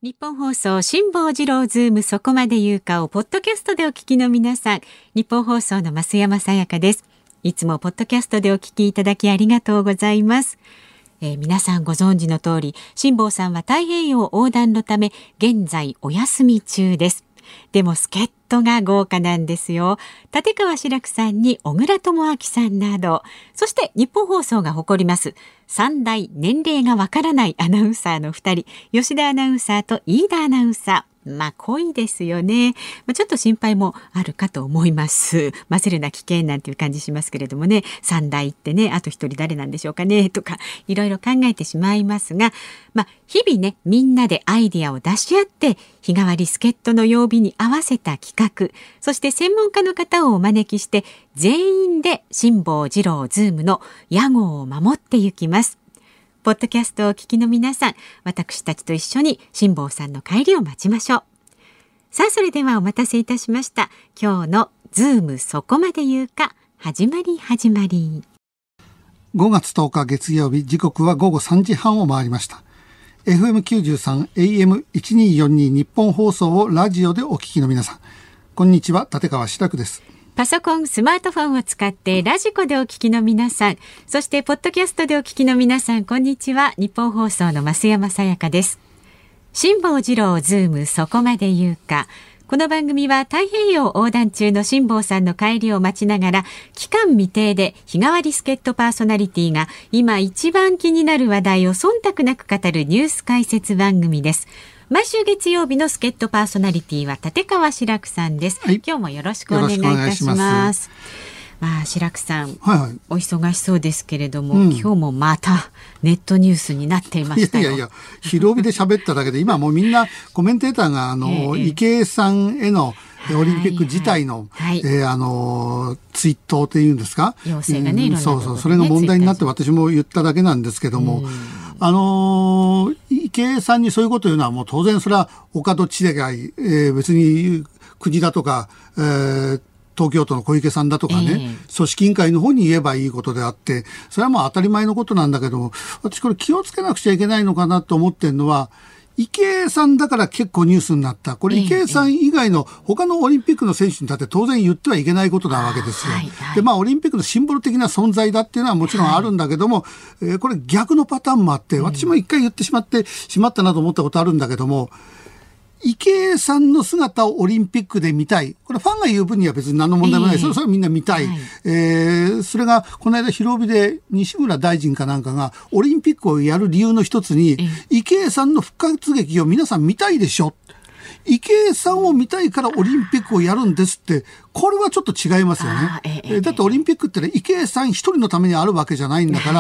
日本放送辛坊治郎ズームそこまで言うかをポッドキャストでお聞きの皆さん、日本放送の増山さやかです。いつもポッドキャストでお聞きいただきありがとうございます。皆さんご存知の通り、辛坊さんは太平洋横断のため現在お休み中です。でも助っ人が豪華なんですよ。立川志らくさんに小倉智昭さんなど、そして日本放送が誇ります三大年齢がわからないアナウンサーの2人、吉田アナウンサーと飯田アナウンサー。濃いですよね。ちょっと心配もあるかと思います。混ぜるな危険なんていう感じしますけれどもね、三大ってね、あと一人誰なんでしょうかねとかいろいろ考えてしまいますが、日々ね、みんなでアイディアを出し合って日替わり助っ人の曜日に合わせた企画、そして専門家の方をお招きして全員で辛坊治郎ズームの屋号を守っていきます。ポッドキャストをお聞きの皆さん、私たちと一緒に辛坊さんの帰りを待ちましょう。さあ、それではお待たせいたしました。今日のズームそこまで言うか、始まり。 5月10日月曜日、時刻は午後3時半を回りました。FM93 AM1242 日本放送をラジオでお聞きの皆さん、こんにちは、立川志らくです。 パソコン、スマートフォンを使ってラジコでお聞きの皆さん、そしてポッドキャストでお聞きの皆さん、こんにちは。日本放送の増山さやかです。辛坊治郎ズームそこまで言うか。この番組は太平洋横断中の辛坊さんの帰りを待ちながら、期間未定で日替わり助っ人パーソナリティが今一番気になる話題を忖度なく語るニュース解説番組です。毎週月曜日の助っ人パーソナリティは立川志らくさんです、はい、今日もよろしくお願いいたします。志らくさん、お忙しそうですけれども、今日もまたネットニュースになっていましたよ。 いや広帯で喋っただけで今もうみんなコメンテーターが池江さんへのオリンピック自体の、ツイートっていうんですか、 要請がね、いろんなところでね、 それが問題になって私も言っただけなんですけども、池江さんにそういうことを言うのはもう当然それはお門違い、別に国だとか、東京都の小池さんだとかね、組織委員会の方に言えばいいことであって、それはもう当たり前のことなんだけども、私これ気をつけなくちゃいけないのかなと思ってるのは、池江さんだから結構ニュースになった。これ池江さん以外の他のオリンピックの選手にだって当然言ってはいけないことなわけですよ。で、オリンピックのシンボル的な存在だっていうのはもちろんあるんだけども、これ逆のパターンもあって、私も一回言ってしまったなと思ったことあるんだけども、池江さんの姿をオリンピックで見たい。これファンが言う分には別に何の問題もない。それはみんな見たい。それがこの間広帯で西村大臣かなんかがオリンピックをやる理由の一つに、池江さんの復活劇を皆さん見たいでしょ。池江さんを見たいからオリンピックをやるんですって、これはちょっと違いますよね。だってオリンピックってね、池江さん一人のためにあるわけじゃないんだから、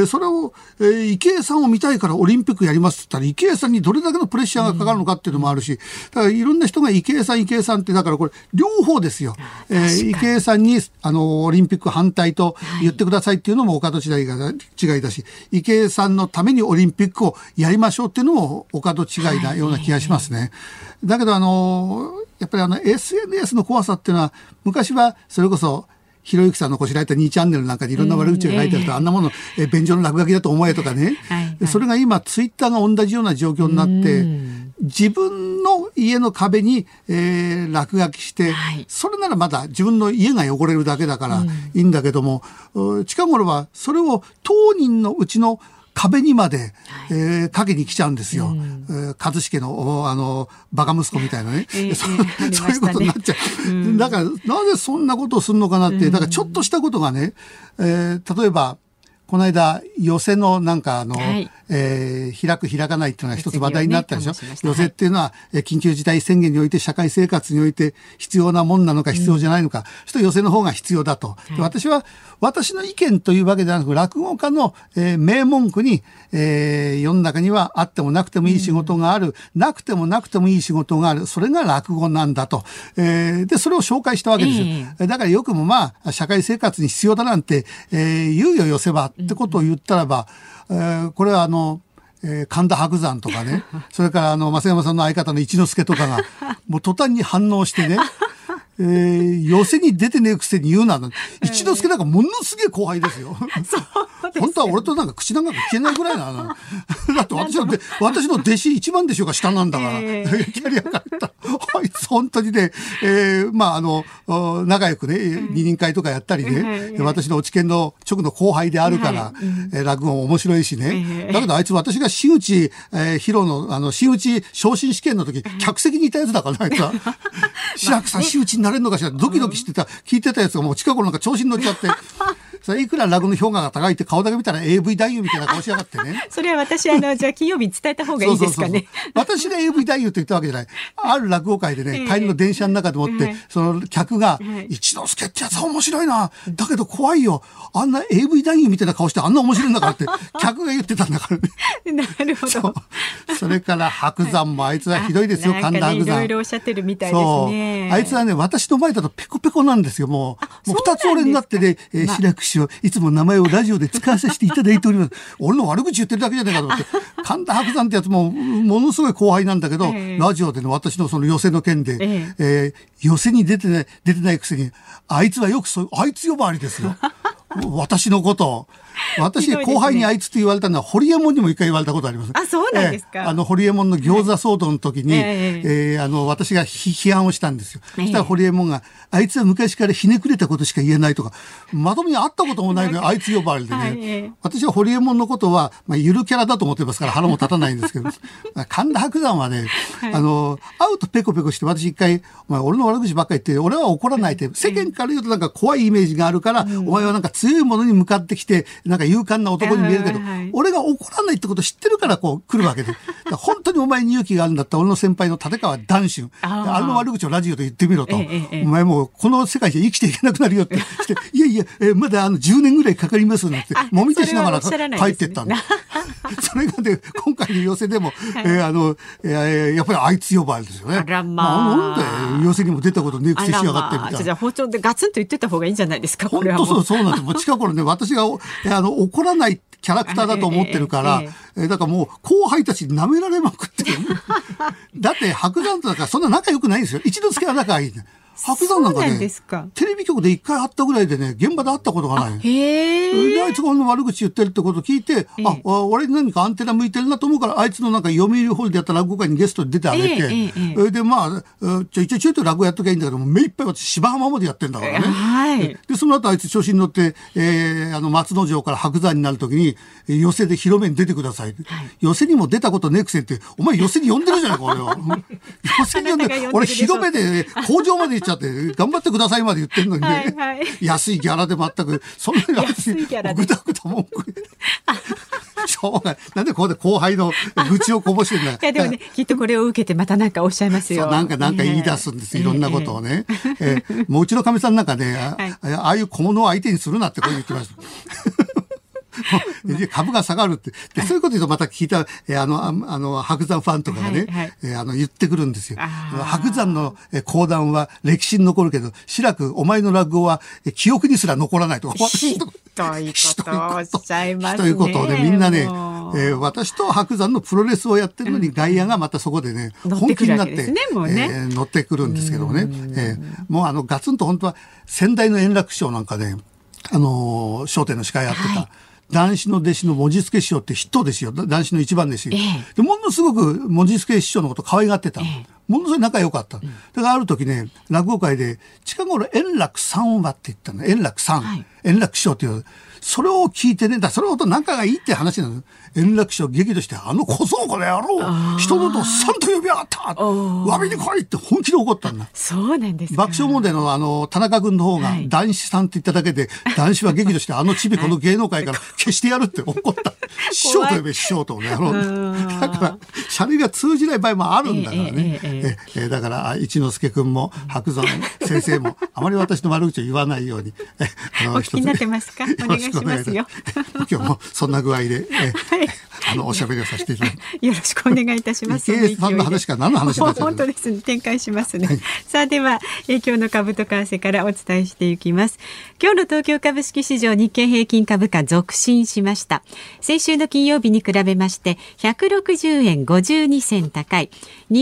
それを、池江さんを見たいからオリンピックやりますって言ったら、池江さんにどれだけのプレッシャーがかかるのかっていうのもあるし、だからいろんな人が池江さんって、だからこれ両方ですよ。池江さんにオリンピック反対と言ってくださいっていうのもお門違いだし、池江さんのためにオリンピックをやりましょうっていうのもお門違いなような気がしますね。だけどやっぱりSNS の怖さっていうのは、昔はそれこそひろゆきさんのこしらえた2チャンネルなんかでいろんな悪口が書いてあると、あんなもの便所の落書きだと思えとかね、それが今ツイッターが同じような状況になって、自分の家の壁に、落書きして、それならまだ自分の家が汚れるだけだからいいんだけども、近頃はそれを当人のうちの壁にまで、かけに来ちゃうんですよ。一茂のバカ息子みたいなね、そういうことになっちゃう。だからなぜそんなことをするのかなって、だからちょっとしたことがね、例えばこの間寄席のなんか開く開かないっていうのが一つ話題になったでしょ。寄席っていうのは緊急事態宣言において社会生活において必要なもんなのか必要じゃないのか、そして寄席の方が必要だと。私は私の意見というわけではなく、落語家の名文句に世の中にはあってもなくてもいい仕事がある、なくてもいい仕事がある、それが落語なんだと。でそれを紹介したわけですよ。だからよくも社会生活に必要だなんて言うよ寄せばってことを言ったらば、これは神田伯山とかね、それから増山さんの相方の一之輔とかがもう途端に反応してね寄せに出てねえくせに言うな。一之輔なんかものすげえ後輩ですよ。本当は俺となんか口なんか聞けないぐらいな。だって私の弟子一番弟子が下なんだから。キャリアがあった。あいつ本当にね、仲良くね、二人会とかやったりね、私の落研の直の後輩であるから、落語も面白いしね。だけどあいつ私が真打ち、披露の、真打ち昇進試験の時、客席にいたやつだから、あいつは。白くさん真打ちになれるのかしら、ドキドキしてた、聞いてたやつがもう近頃なんか調子に乗っちゃって。いくら落語の評価が高いって顔だけ見たら AV 男優みたいな顔しやがってね。 それは私じゃあ金曜日に伝えた方がいいですかね。 私が AV 男優と言ったわけじゃない。ある落語会でね、帰りの電車の中でもって、その客が、一之輔ってやつは面白いな。だけど怖いよ。あんな AV 男優みたいな顔してあんな面白いんだからって、客が言ってたんだからね。 なるほど。 それから白山もあいつはひどいですよ、神田白山。 いろいろおっしゃってるみたいですね。 あいつはね、私の前だとペコペコなんですよ、もう二つ俺になってね、白く師匠、いつも名前をラジオで使わせていただいております。俺の悪口言ってるだけじゃないかと思って。神田伯山ってやつもものすごい後輩なんだけど、ラジオでね、私のその寄せの件で、寄せに出てないくせに、あいつはよくあいつ呼ばわりですよ。私のことを。私、後輩にあいつって言われたのは、ホリエモンにも一回言われたことあります。 あ、そうなんですか。 ホリエモンの餃子騒動の時に、私が批判をしたんですよ。そしたらホリエモンが、あいつは昔からひねくれたことしか言えないとか、まともに会ったこともないのに、あいつ呼ばわりでね。私はホリエモンのことは、ゆるキャラだと思ってますから腹も立たないんですけど、神田伯山はね、会うとペコペコして、私一回、俺の悪口ばっかり言って、俺は怒らないって、世間から言うとなんか怖いイメージがあるから、お前はなんか強いものに向かってきて、なんか勇敢な男に見えるけど、俺が怒らないってことを知ってるからこう来るわけで。本当にお前に勇気があるんだったら俺の先輩の立川談春。あの悪口をラジオで言ってみろと。お前もうこの世界じゃ生きていけなくなるよってして、いやいや、まだ10年ぐらいかかりますなんて、もみ手しながら帰ってったんだ。それがね、今回の寄せでも、やっぱりあいつ呼ばわりですよね。なんで寄せにも出たことねえくせしやがってみたいな。 じゃあ包丁でガツンと言ってた方がいいんじゃないですか、これは。 本当そうなんです。もう近頃ね、私が怒らないキャラクターだと思ってるから、だからもう後輩たちに舐められまくってる。だって白山とだからそんな仲良くないんですよ。一之輔は仲がいい。白山なんかね、テレビ局で一回会ったぐらいでね、現場で会ったことがない。で、あいつが俺の悪口言ってるってことを聞いて、俺に何かアンテナ向いてるなと思うから、あいつのなんか読売ホールでやった落語会にゲストに出てあげて、で、ちょいと落語やっときゃいいんだけども、目いっぱい私芝浜までやってんだからね。で、その後あいつ調子に乗って、松之丞から白山になるときに、寄せで広めに出てください。寄せにも出たことねえくせって、お前寄せに呼んでるじゃないか、俺は。寄せに呼んで、俺広めで工場まで行っちゃって、頑張ってくださいまで言ってるのにね、安いギャラで全く、そんなに私、ぐだぐだ文句言って。しょうがない。なんでここで後輩の愚痴をこぼしてるんだ。 いやでもね、きっとこれを受けてまたなんかおっしゃいますよ。 そう、なんか言い出すんです。いろんなことをね。もううちのかみさんなんかね、ああいう小物を相手にするなってこう言ってました。株が下がるってでそういうこと言うとまた聞いた白山ファンとかがね、言ってくるんですよ。白山の講談は歴史に残るけど志らくお前の落語は記憶にすら残らないと。 ひどいことをおっしゃいますね。 ということをねみんなね、私と白山のプロレスをやってるのに外野がまたそこでね、本気になって乗ってくるんですけどもね、もうガツンと本当は先代の円楽師匠なんかね笑点の司会やってた。談志の弟子の文字助師匠って筆頭ですよ。談志の一番弟子。でものすごく文字助師匠のこと可愛がってた。ものすごい仲良かった。だからある時ね、落語会で近頃円楽さんはって言ったの。円楽さん。円楽師匠っていう。それを聞いてね、それほど仲がいいって話なの。円楽師匠激怒して、小僧この野郎、人のとさんと呼びやがった、詫びに来いって本気で怒ったんだ。 そうなんですか。 爆笑問題の田中君の方が談志さんって言っただけで、談志は激怒してちびこの芸能界から消してやるって怒った。師匠と呼べ師匠とね、だからシャレが通じない場合もあるんだからね。だから一之輔君も白山先生もあまり私の悪口を言わないように。 お聞きになってますか。お願いしますよ。 今日もそんな具合で。 おしゃべりをさせていただきます。 よろしくお願いいたします。 池江さんの話から何の話になっちゃう本当ですね、展開しますね、 はい、 さあでは、今日の株と為替からお伝えしていきます。今日の東京株式市場、日経平均株価続伸しました。先週の金曜日に比べまして160円52銭高い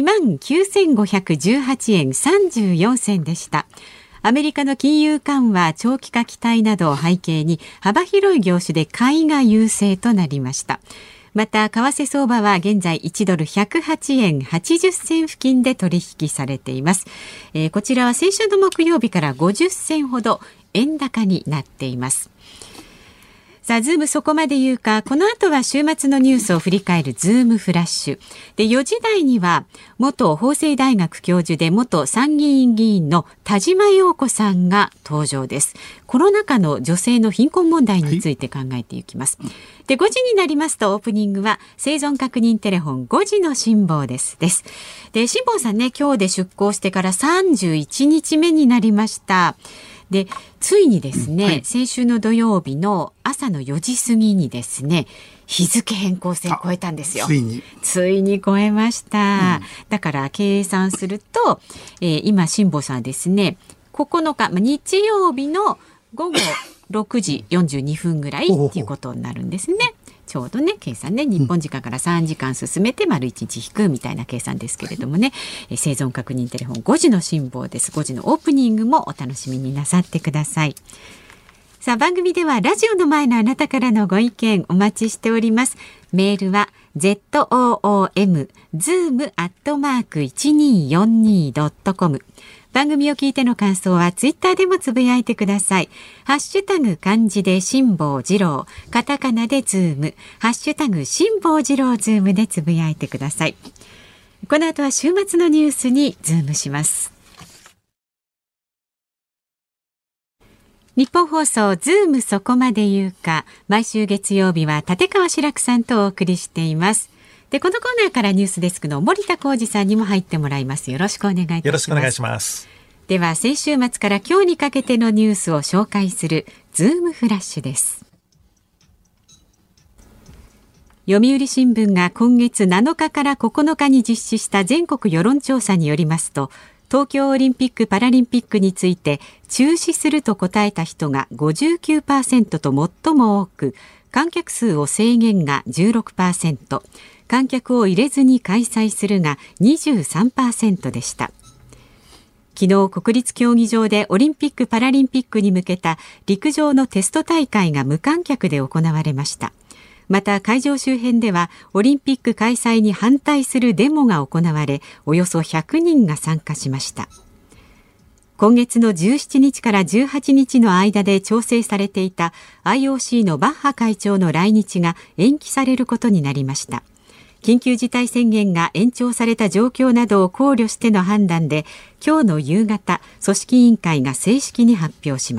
29,518 円34銭でした。アメリカの金融緩和長期化期待などを背景に幅広い業種で買いが優勢となりました。また為替相場は現在1ドル108円80銭付近で取引されています。こちらは先週の木曜日から50銭ほど円高になっています。さあズームそこまで言うか、この後は週末のニュースを振り返るズームフラッシュで、4時台には元法政大学教授で元参議院議員の田島陽子さんが登場です。コロナ禍の女性の貧困問題について考えていきます。で、5時になりますとオープニングは生存確認テレフォン5時の辛坊です。で、辛坊さんね、今日で出港してから31日目になりました。で、ついにですね、はい、先週の土曜日の朝の4時過ぎにですね、日付変更線超えたんですよ。ついに超えました、だから計算すると、今辛坊さんですね、9日、日曜日の午後6時42分ぐらいっていうことになるんですね。ちょうどね、計算ね、日本時間から3時間進めて丸1日引くみたいな計算ですけれどもね、生存確認テレフォン5時の辛坊です。5時のオープニングもお楽しみになさってください。さあ番組ではラジオの前のあなたからのご意見お待ちしております。メールは zoom@1242.com、番組を聞いての感想はツイッターでもつぶやいてください。ハッシュタグ漢字で辛坊治郎、カタカナでズーム、ハッシュタグ辛坊治郎ズームでつぶやいてください。この後は週末のニュースにズームします。日本放送ズームそこまで言うか、毎週月曜日は立川志らくさんとお送りしています。で、このコーナーからニュースデスクの森田浩二さんにも入ってもらいます。よろしくお願いいたします。 よろしくお願いします。 では先週末から今日にかけてのニュースを紹介するズームフラッシュです。読売新聞が今月7日から9日に実施した全国世論調査によりますと、東京オリンピック・パラリンピックについて中止すると答えた人が 59% と最も多く、観客数を制限が 16%、観客を入れずに開催するが 23% でした。昨日国立競技場でオリンピック・パラリンピックに向けた陸上のテスト大会が無観客で行われました。また会場周辺ではオリンピック開催に反対するデモが行われ、およそ100人が参加しました。今月の17日から18日の間で調整されていた IOC のバッハ会長の来日が延期されることになりました。緊急事態宣言が延長された状況などを考慮しての判断で、今日の夕方、組織委員会が正式に発表します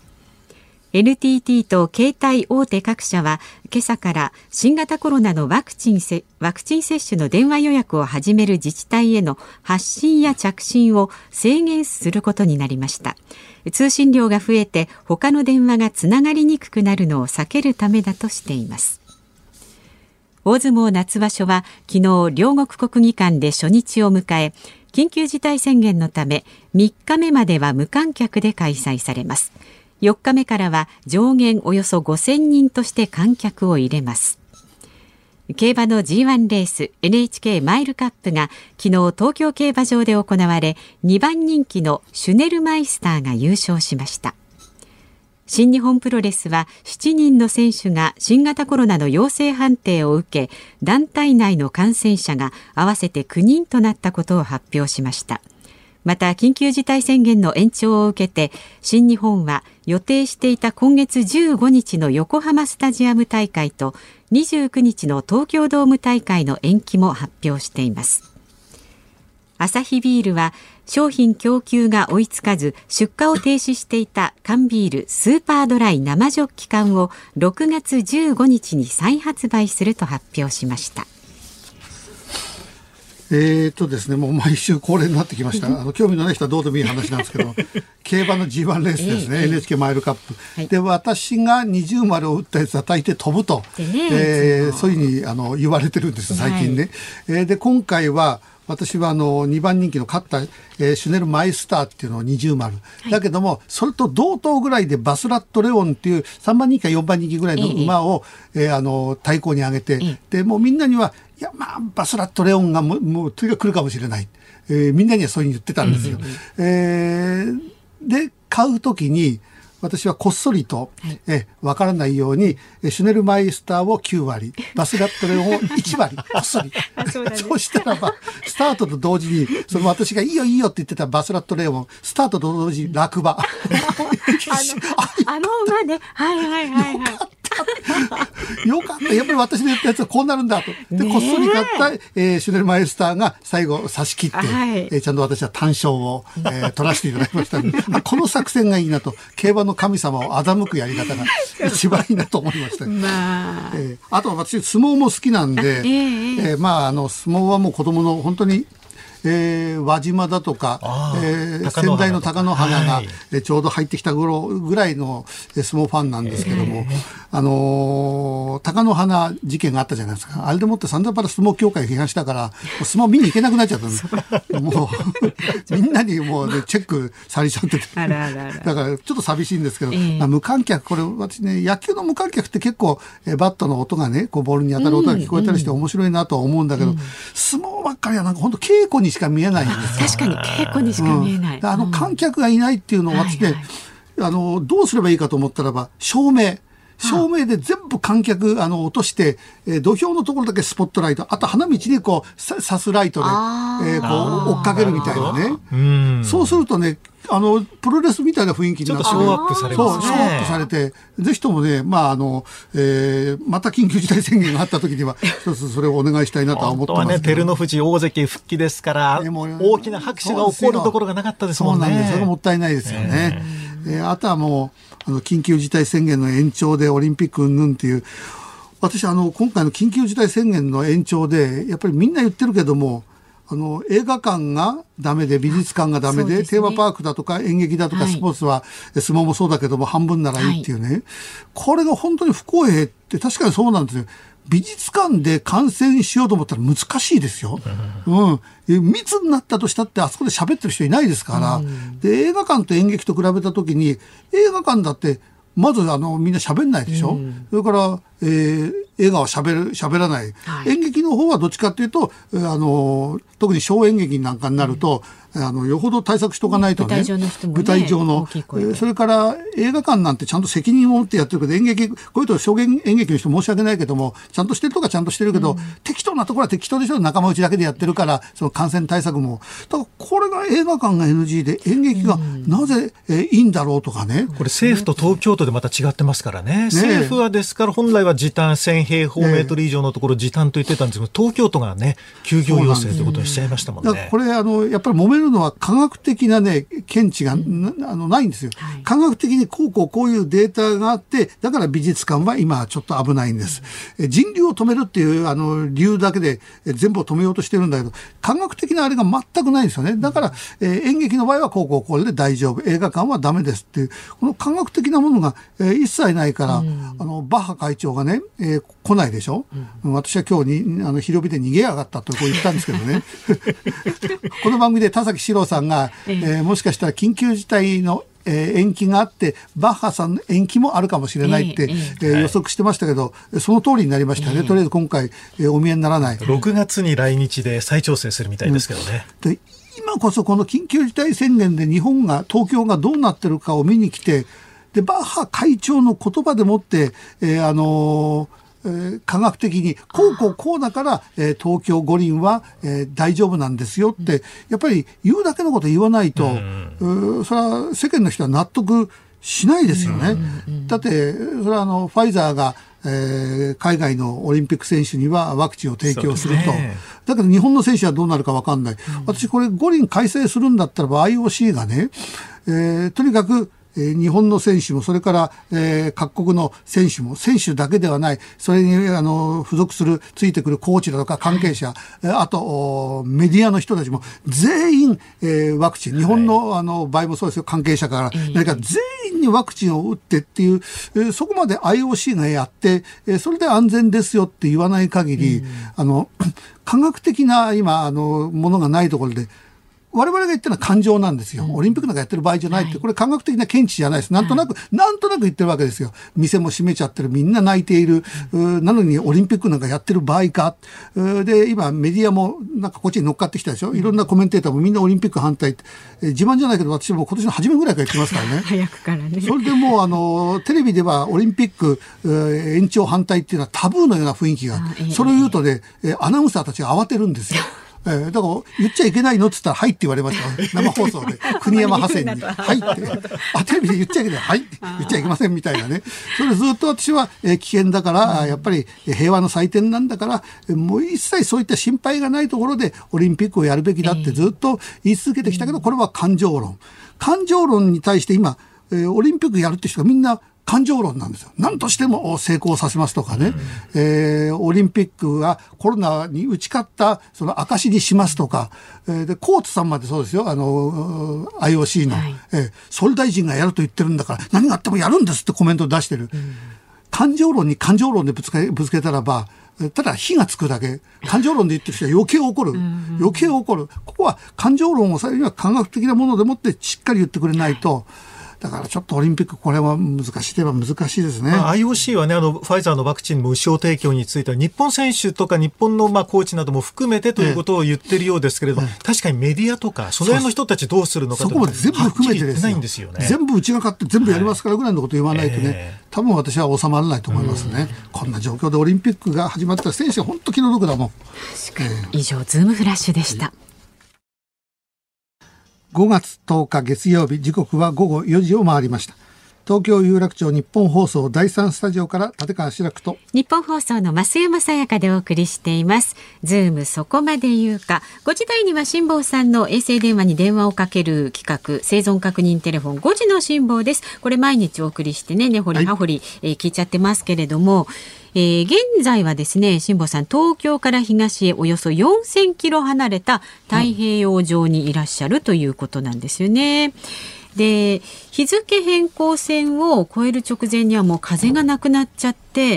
。NTT と携帯大手各社は今朝から新型コロナのワクチン接種の電話予約を始める自治体への発信や着信を制限することになりました。通信量が増えて他の電話がつながりにくくなるのを避けるためだとしています。大相撲夏場所は昨日両国国技館で初日を迎え、緊急事態宣言のため3日目までは無観客で開催されます。4日目からは上限およそ5000人として観客を入れます。競馬の G1 レース NHK マイルカップが昨日東京競馬場で行われ、2番人気のシュネルマイスターが優勝しました。新日本プロレスは7人の選手が新型コロナの陽性判定を受け、団体内の感染者が合わせて9人となったことを発表しました。また緊急事態宣言の延長を受けて、新日本は予定していた今月15日の横浜スタジアム大会と29日の東京ドーム大会の延期も発表しています。アサヒビールは商品供給が追いつかず出荷を停止していた缶ビールスーパードライ生ジョッキ缶を6月15日に再発売すると発表しました。 ですね、もう毎週恒例になってきました。興味のない人はどうでもいい話なんですけど、競馬の G1 レースですね、NHK マイルカップ。はい、で、私が20丸を打ったやつは大抵飛ぶと、そういうふうに言われてるんです最近ね。はい、で、今回は、私は2番人気の勝った、シュネルマイスターっていうのを20丸、はい、だけどもそれと同等ぐらいでバスラットレオンっていう3番人気か4番人気ぐらいの馬を、対抗に上げて、でもうみんなにはいやまあバスラットレオンがもうとにかく来るかもしれない、みんなにはそういうふうに言ってたんですよ。で買うときに私はこっそりと、わからないようにシュネルマイスターを9割バスラットレオンを1割こっそりそうしたらばスタートと同時にその私がいいよいいよって言ってたバスラットレオンスタートと同時に落馬馬ねよかったやっぱり私の言ったやつはこうなるんだとでこっそり買った、シュネルマイスターが最後差し切って、ちゃんと私は単勝を、取らせていただきましたのでこの作戦がいいなと競馬の神様を欺くやり方が一番いいなと思いました、あと私相撲も好きなんで、相撲はもう子供の本当に輪島だとか、仙台の貴乃花が、ちょうど入ってきた頃ぐらいの相撲ファンなんですけども、貴乃花事件があったじゃないですか。あれでもって散々から相撲協会を批判したから相撲見に行けなくなっちゃったんですもうみんなにもう、ね、チェックされちゃっててだからちょっと寂しいんですけど、無観客これ私ね野球の無観客って結構バットの音がねこうボールに当たる音が聞こえたりして面白いなとは思うんだけど、相撲ばっかりはなんか本当稽古にしか見えないんですよ。確かに稽古にしか見えない、 観客がいないっていうのを私ね、どうすればいいかと思ったらば照明で全部観客落として、土俵のところだけスポットライトあと花道にこう刺すライトで、こう追っかけるみたいなね。そうするとねプロレスみたいな雰囲気になってショーアップされますね。 ショーアップされてぜひともねまた緊急事態宣言があった時には一つそれをお願いしたいなとは思ってますけど。 本当はね照ノ富士大関復帰ですから、大きな拍手が起こるところがなかったですもんね。 そうなんです。それがもったいないですよね。あとはもう緊急事態宣言の延長でオリンピック云々っていう私今回の緊急事態宣言の延長でやっぱりみんな言ってるけども映画館がダメで美術館がダメ で、テーマパークだとか演劇だとかスポーツは、相撲もそうだけども半分ならいいっていうね、これが本当に不公平って確かにそうなんですよ。美術館で観戦しようと思ったら難しいですよ。密になったとしたってあそこで喋ってる人いないですから、で映画館と演劇と比べた時に映画館だってまずみんな喋んないでしょ、それから映画は喋らない、演劇の方はどっちかっていうと特に小演劇なんかになると、よほど対策しておかないとね、舞台上のそれから映画館なんてちゃんと責任を持ってやってるけど演劇こういうと小演劇の人申し訳ないけどもちゃんとしてるとかちゃんとしてるけど、適当なところは適当でしょ。仲間内だけでやってるからその感染対策もだからこれが映画館が NG で演劇がなぜいいんだろうとかね。 これ政府と東京都でまた違ってますからね。政府はですから本来は時短1000平方メートル以上のところ時短と言ってたんですけど、東京都がね休業要請ということにしちゃいましたもんね。 だからこれやっぱり揉めるのは科学的なね見地がないんですよ。科学的にこういうデータがあってだから美術館は今ちょっと危ないんです。人流を止めるっていう理由だけで全部を止めようとしてるんだけど科学的なあれが全くないんですよね。だから、演劇の場合はこれで大丈夫映画館はダメですっていうこの科学的なものが、一切ないから、バッハ会長がね、来ないでしょ、私は今日に広火で逃げやがったとこう言ったんですけどねこの番組で田崎史郎さんが、もしかしたら緊急事態の延期があってバッハさんの延期もあるかもしれないって、予測してましたけどその通りになりましたね。とりあえず今回、お見えにならない。 6月に来日で再調整するみたいですけどね、 で今こそこの緊急事態宣言で東京がどうなってるかを見に来てでバッハ会長の言葉でもって科学的にこうだから、東京五輪は、大丈夫なんですよってやっぱり言うだけのこと言わないと、それは世間の人は納得しないですよね。だってそれはファイザーが、海外のオリンピック選手にはワクチンを提供すると、だけど日本の選手はどうなるか分かんない、私これ五輪開催するんだったらば IOC がね、とにかく日本の選手もそれから、各国の選手も選手だけではない、それに付属するついてくるコーチだとか関係者、あとメディアの人たちも全員、ワクチン、日本の、場合もそうですよ、関係者から何か全員にワクチンを打ってっていう、そこまで IOC がやって、それで安全ですよって言わない限り、科学的な今ものがないところで我々が言ってるのは感情なんですよ。オリンピックなんかやってる場合じゃないって、これ科学的な見地じゃないです。なんとなく言ってるわけですよ。店も閉めちゃってる、みんな泣いている、なのにオリンピックなんかやってる場合か。で、今メディアもなんかこっちに乗っかってきたでしょ。いろんなコメンテーターもみんなオリンピック反対って、自慢じゃないけど私も今年の初めぐらいから言ってますからね。 早くからね。 それでもうテレビではオリンピック、延長反対っていうのはタブーのような雰囲気が、それを言うとね、アナウンサーたちが慌てるんですよ。だから言っちゃいけないのって言ったらはいって言われました生放送で国山ハセンにはいってテレビで言っちゃいけないはいって言っちゃいけませんみたいなね。それずっと私は危険だからやっぱり平和の祭典なんだからもう一切そういった心配がないところでオリンピックをやるべきだってずっと言い続けてきたけど、これは感情論に対して今オリンピックやるって人がみんな感情論なんですよ。何としても成功させますとかね、オリンピックがコロナに打ち勝ったその証にしますとか、でコーツさんまでそうですよ、IOC の、総理大臣がやると言ってるんだから何があってもやるんですってコメントを出してる、感情論に感情論でぶつけたらばただ火がつくだけ。感情論で言ってる人は余計怒る。ここは感情論をさらには科学的なものでもってしっかり言ってくれないと、だからちょっとオリンピックこれは難しいといえば難しいですね。 IOC はね、ファイザーのワクチン無償提供については日本選手とか日本のコーチなども含めてということを言ってるようですけれども、確かにメディアとかその辺の人たちどうするのかとそこも全部含めてですよ。全部うちが勝って全部やりますからぐらいのことを言わないとね、多分私は収まらないと思いますね。こんな状況でオリンピックが始まったら選手が本当気の毒だもん。 以上ズームフラッシュでした。 5月10日月曜日、時刻は午後4時を回りました。東京有楽町日本放送第3スタジオから立川志らくと日本放送の増山さやかでお送りしています。ズームそこまで言うか。5時台には辛坊さんの衛星電話に電話をかける企画、生存確認テレフォン5時の辛坊です。これ毎日お送りしてね、根掘り葉掘り、聞いちゃってますけれども、現在はですね、辛坊さん東京から東へおよそ4000キロ離れた太平洋上にいらっしゃるということなんですよね。で、日付変更線を越える直前にはもう風がなくなっちゃって、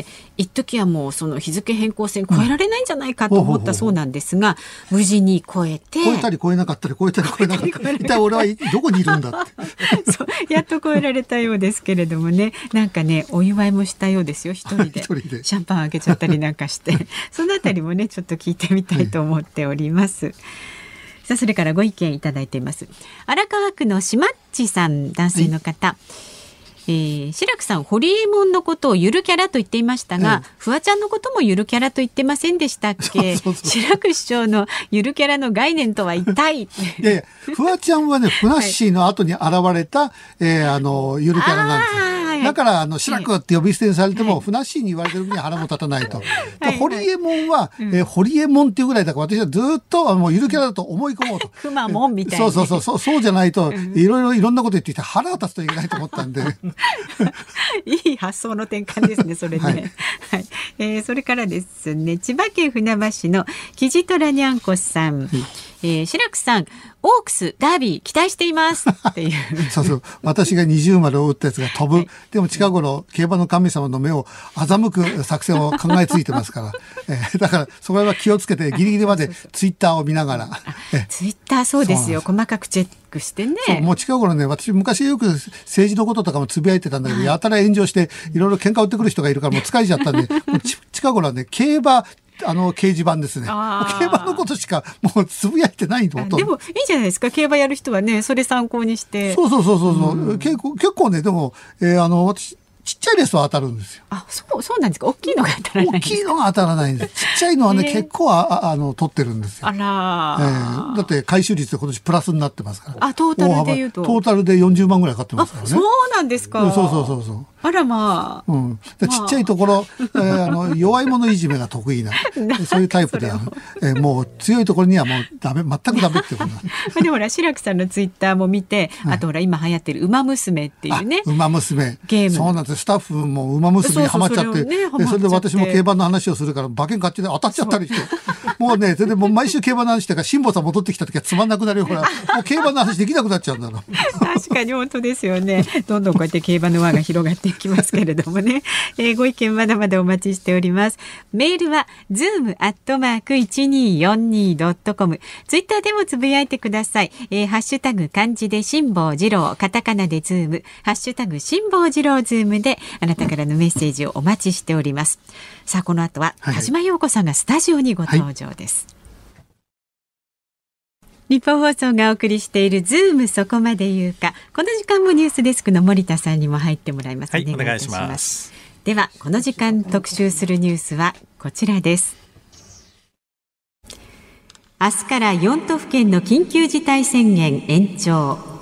一時はもうその日付変更線越えられないんじゃないかと思ったそうなんですが、無事に越えたり越えなかったり越えたり越えなかったり、一体俺はどこにいるんだってそうやっと越えられたようですけれどもね、なんかねお祝いもしたようですよ、一人でシャンパンあげちゃったりなんかしてそのあたりもねちょっと聞いてみたいと思っております。さあ、それからご意見いただいています。荒川区のしまっちさん、男性の方、志らくさん、ホリエモンのことをゆるキャラと言っていましたが、フワちゃんのこともゆるキャラと言ってませんでしたっけ？志らく師匠のゆるキャラの概念とは一体。 いやいや、フワちゃんはね、ふなっしーの後に現れた、ゆるキャラなんですよ。だから志らくって呼び捨てにされても、ふなっしーに言われてる分には腹も立たないと。ホリエモンは、ホリエモンっていうぐらいだから、私はずっともうゆるキャラだと思い込もうと。 くまモンみたいな。 そうじゃないと、いろんなこと言ってきて腹を立つといけないと思ったんで。 いい発想の転換ですね、それね。それからですね、千葉県船橋のキジトラニャンコさん。志らくさん、オークスダービー期待していますっていうそう私が20丸を打ったやつが飛ぶ。でも近頃競馬の神様の目を欺く作戦を考えついてますから、だからそれは気をつけてギリギリまでツイッターを見ながらツイッターそうですよ、細かくチェックしてね。 もう近頃ね、私昔よく政治のこととかもつぶやいてたんだけど、やたら炎上していろいろ喧嘩売ってくる人がいるからもう疲れちゃったんでもう近頃はね、競馬掲示板ですね。競馬のことしかもうつぶやいてないのと。 でもいいじゃないですか、競馬やる人はね、それ参考にして。 そう、結構ね、でも、私ちっちゃいレースは当たるんですよ。 そうなんですか。大きいのが当たらない。 大きいのが当たらないんです。ちっちゃいのはね、結構取ってるんですよ。だって回収率で今年プラスになってますから。 トータルで言うと。 トータルで40万ぐらい買ってますからね。 そうなんですか。 そう。 あらまあ。 でちっちゃいところ、弱い者いじめが得意な、そういうタイプでもう強いところにはもうダメ、全くダメってことでほら、志らくさんのツイッターも見て、あとほら、今流行ってるウマ娘っていうね。 ウマ娘。 ゲーム。 そうなんです。スタッフもウマ娘にハマっちゃって、それで私も競馬の話をするから、馬券買って当たっちゃったりして、もうね、全然もう毎週競馬の話してから、辛坊さん戻ってきた時はつまんなくなるよ。ほら、もう競馬の話できなくなっちゃうんだろう。 確かに本当ですよね。どんどんこうやって競馬の輪が広がっていきますけれどもね。ご意見まだまだお待ちしております。メールは zoom@1242.com。ツイッターでもつぶやいてください。ハッシュタグ漢字で辛坊治郎、カタカナでズーム、ハッシュタグ辛坊治郎ズームであなたからのメッセージをお待ちしております。さあ、この後は田島陽子さんがスタジオにご登場です。日本放送がお送りしているズームそこまで言うか。この時間もニュースデスクの森田さんにも入ってもらいます。 はい、お願いします。 では、この時間特集するニュースはこちらです。明日から4都府県の緊急事態宣言延長。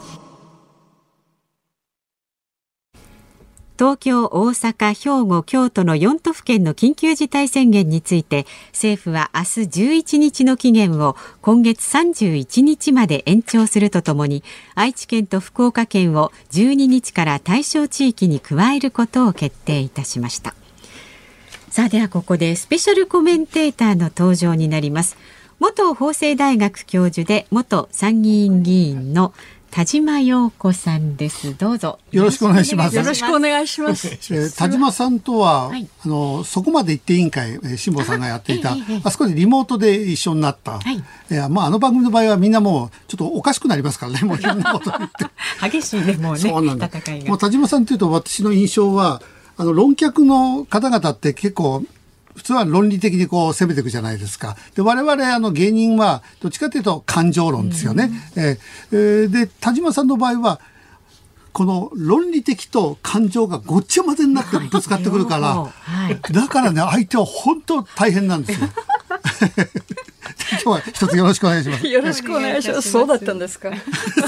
東京、大阪、兵庫、京都の4都府県の緊急事態宣言について、政府は明日11日の期限を今月31日まで延長するとともに、愛知県と福岡県を12日から対象地域に加えることを決定いたしました。さあ、ではここでスペシャルコメンテーターの登場になります。元法政大学教授で元参議院議員の田島陽子さんです。どうぞよろしくお願いします。 よろしくお願いします。 田島さんとは、はい、そこまで行って委員会、辛坊さんがやっていた、あそこでリモートで一緒になった、はい、あの番組の場合はみんなもうちょっとおかしくなりますからね、もういろんなこと言って激しいね、もうね、そうなんだ。戦いが。 もう田島さんというと私の印象は論客の方々って結構普通は論理的にこう攻めていくじゃないですか。で、我々芸人はどっちかというと感情論ですよね。で、田島さんの場合はこの論理的と感情がごっちゃ混ぜになってぶつかってくるから、はい、だからね、相手は本当大変なんですよ。今日は一つよろしくお願いします。 よろしくお願いします。そうだったんですか。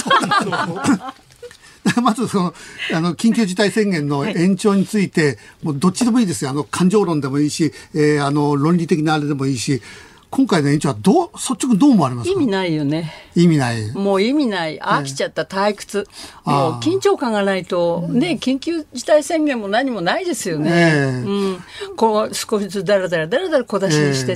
まず緊急事態宣言の延長について、もうどっちでもいいですよ。感情論でもいいし、論理的なあれでもいいし、今回の延長は率直にどう思われますか？ 意味ないよね。 意味ない。 もう意味ない。飽きちゃった、退屈。もう緊張感がないと、ね、緊急事態宣言も何もないですよね。こう少しずつだらだら小出しにしてって、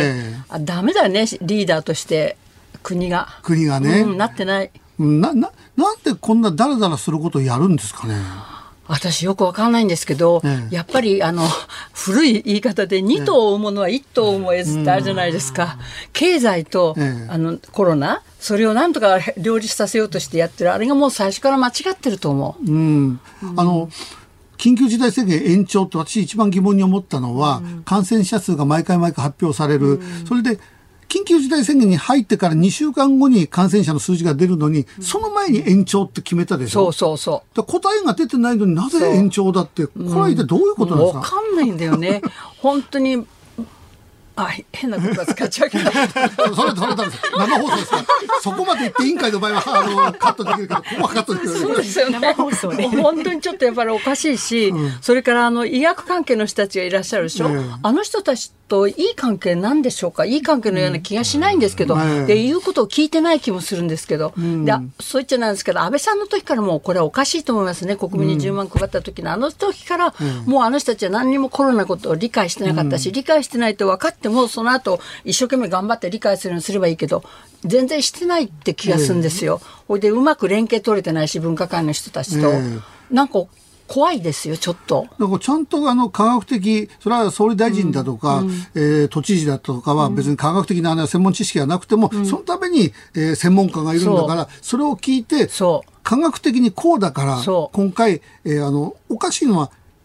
ダメだね、リーダーとして国がね、なってない。 なんでこんなダラダラすることをやるんですかね。 私よくわかんないんですけど、やっぱり古い言い方で2頭を追うものは1頭をも得ずってあるじゃないですか。経済と、コロナ、それをなんとか両立させようとしてやってる、あれがもう最初から間違ってると思う。緊急事態宣言延長って私一番疑問に思ったのは、感染者数が毎回発表される。それで緊急事態宣言に入ってから2週間後に感染者の数字が出るのに、その前に延長って決めたでしょ。 そう。 答えが出てないのになぜ延長だって、これは一体どういうことなんですか？ わかんないんだよね。本当に。変な言葉使っちゃうけど。 それ生放送ですから。そこまで言って委員会の場合はカットできるけど、ここはカットできる。 そうですよね。生放送で。本当にちょっとやっぱりおかしいし、それから医薬関係の人たちがいらっしゃるでしょ。あの人たちといい関係なんでしょうか。いい関係のような気がしないんですけど、で言うことを聞いてない気もするんですけど、でそう言っちゃなんですけど、安倍さんの時からもうこれはおかしいと思いますね。国民に10万配った時の時から、もうあの人たちは何にもコロナのことを理解してなかったし、理解してないと分かってもその後一生懸命頑張って理解するようにすればいいけど、全然してないって気がするんですよ。ほいでうまく連携取れてないし、分科会の人たちと、なんか怖いですよ、ちょっと。 だからちゃんと科学的、それは総理大臣だとか、都知事だとかは別に科学的な専門知識がなくても、そのために、専門家がいるんだから、それを聞いて、科学的にこうだから、今回、おかしいのは、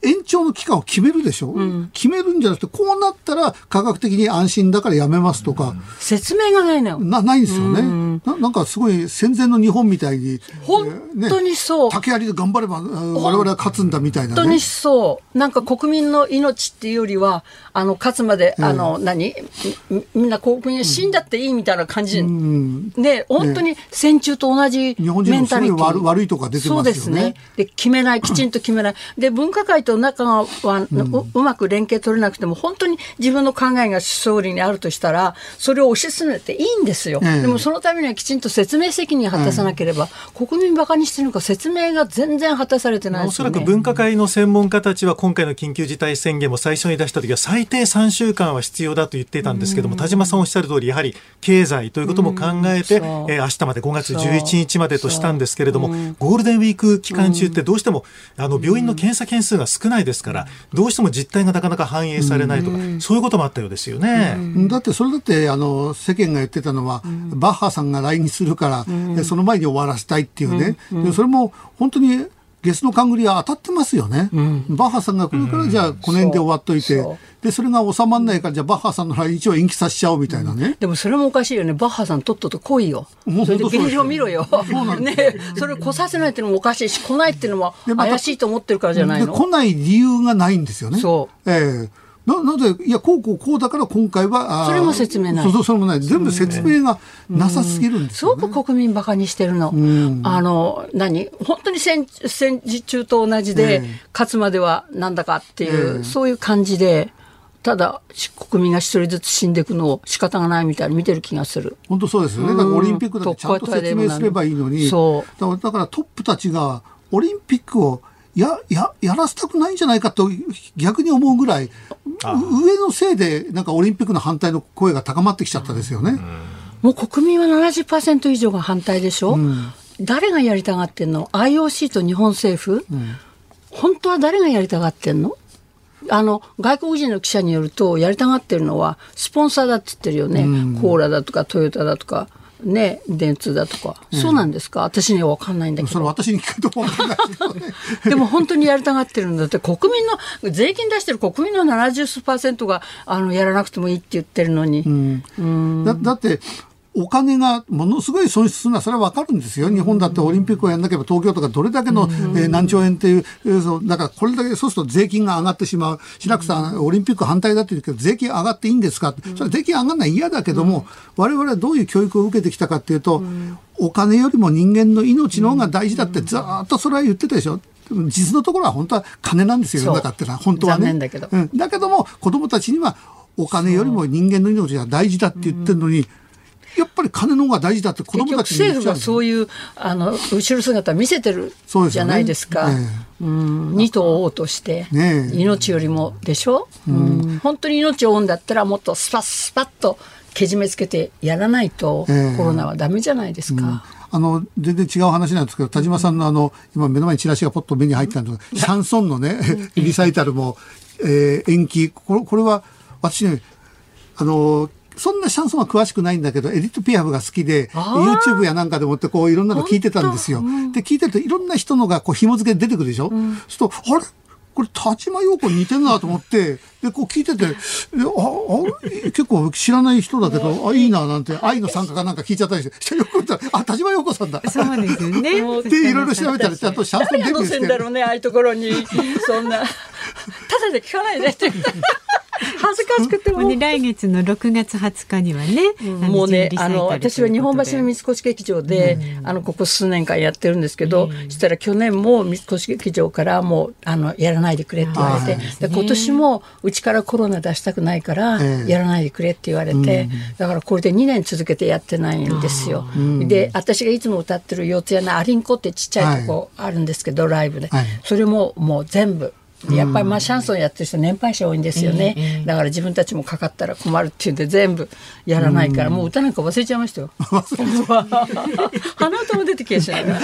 延長の期間を決めるでしょ、決めるんじゃなくて、こうなったら科学的に安心だからやめますとか、 説明がないのよ。 ないんですよね。なんかすごい戦前の日本みたいに、 本当にそう。 竹槍で頑張れば我々は勝つんだみたいなね。 本当にそう。なんか国民の命っていうよりは、勝つまで、みんな国民が死んだっていいみたいな感じ。ね、本当に戦中と同じメンタリティ。日本人のすごい悪いとこが出てますよね。 そうですね。で、きちんと決めない。で、分科会と中は、うまく連携取れなくても、本当に自分の考えが総理にあるとしたら、それを推し進めていいんですよ。でもそのためにはきちんと説明責任を果たさなければ、国民バカにしてるのか、説明が全然果たされてないですよね。 おそらく分科会の専門家たちは今回の緊急事態宣言も最初に出した時は最低3週間は必要だと言っていたんですけども、田島さんおっしゃる通り、やはり経済ということも考えて、明日まで5月11日までとしたんですけれども、ゴールデンウィーク期間中ってどうしても病院の検査件数が少ないですから、どうしても実態がなかなか反映されないとか、そういうこともあったようですよね。 だってそれだって世間が言ってたのは、バッハさんが来日するから、その前に終わらせたいっていうね、でそれも本当にゲスの勘繰りは当たってますよね。バッハさんが来るから、じゃあこの辺で終わっといて、でそれが収まらないから、じゃあバッハさんの来日を延期させちゃおうみたいなね。 でもそれもおかしいよね。バッハさんとっとと来いよ。それで現状見ろよ。ね、それを来させないっていうのもおかしいし、来ないっていうのも怪しいと思ってるからじゃないの。 来ない理由がないんですよね。 そう。 なぜ、いや、こうだから今回は、 それも説明ない。 それもない。全部説明がなさすぎるんですよね。 すごく国民バカにしてるの。本当に戦時中と同じで、勝つまではなんだかっていう、そういう感じで、ただ国民が一人ずつ死んでいくのを仕方がないみたいに見てる気がする。 本当そうですよね。だからオリンピックだってちゃんと説明すればいいのに、だからトップたちがオリンピックをやらせたくないんじゃないかと逆に思うぐらい、上のせいでなんかオリンピックの反対の声が高まってきちゃったですよね。 もう国民は 70% 以上が反対でしょ。誰がやりたがってんの？ IOC と日本政府、本当は誰がやりたがってんの？外国人の記者によると、やりたがってるのはスポンサーだって言ってるよね。コーラだとかトヨタだとかね、電通だとか、そうなんですか？私には分かんないんだけど。 それ私に聞くと分かんないけどね。 でも本当にやりたがってるんだって。国民の税金出してる国民の 70% がやらなくてもいいって言ってるのに、 だってお金がものすごい損失するのはそれは分かるんですよ。日本だってオリンピックをやんなければ東京とかどれだけの、何兆円っていう、だからこれだけそうすると税金が上がってしまう。白くさんオリンピック反対だって言うけど税金上がっていいんですか？それ税金上がんない嫌だけども、我々はどういう教育を受けてきたかっていうと、お金よりも人間の命の方が大事だってずっとそれは言ってたでしょ。実のところは本当は金なんですよ、世の中ってのは。本当はね。 残念だけど。 だけども子供たちにはお金よりも人間の命が大事だって言ってるのに、やっぱり金の方が大事だって子供たちに言っちゃう。 結局政府がそういう後ろ姿見せてるじゃないですか。二頭を追おうとして、命よりもでしょ。本当に命を追うんだったらもっとスパッとけじめつけてやらないと、コロナはダメじゃないですか。 全然違う話なんですけど、田島さんの今目の前にチラシがポッと目に入ったんですけど、シャンソンのねリサイタルも、延期。これは私ね、そんなシャンソンは詳しくないんだけど、エディット・ピアフが好きで YouTube やなんかでもってこういろんなの聞いてたんですよ。で聞いてるといろんな人のがこう紐付けで出てくるでしょ。そうするとあれこれ田島陽子に似てるなと思って、でこう聞いてて、結構知らない人だけど、いいななんて愛の参加かなんか聞いちゃったりして、よく見たら田島陽子さんだ。 そうですよね。 でいろいろ調べたらちゃんとシャンソンデビューして。誰が載せんだろうね、ああいうところにそんなただで聞かないでって恥ずかしくても、 来月の6月20日にはね、 もうね、私は日本橋の三越劇場で、ここ数年間やってるんですけど、したら去年も三越劇場からもうやらないでくれって言われて、で今年もうちからコロナ出したくないからやらないでくれって言われて、だからこれで2年続けてやってないんですよ。で私がいつも歌ってる四谷のアリンコってちっちゃいとこあるんですけど、ライブで、それももう全部やっぱりシャンソンやってる人年配者多いんですよね。だから自分たちもかかったら困るっていうんで全部やらないから、もう歌なんか忘れちゃいましたよ。鼻歌も出てきやしないから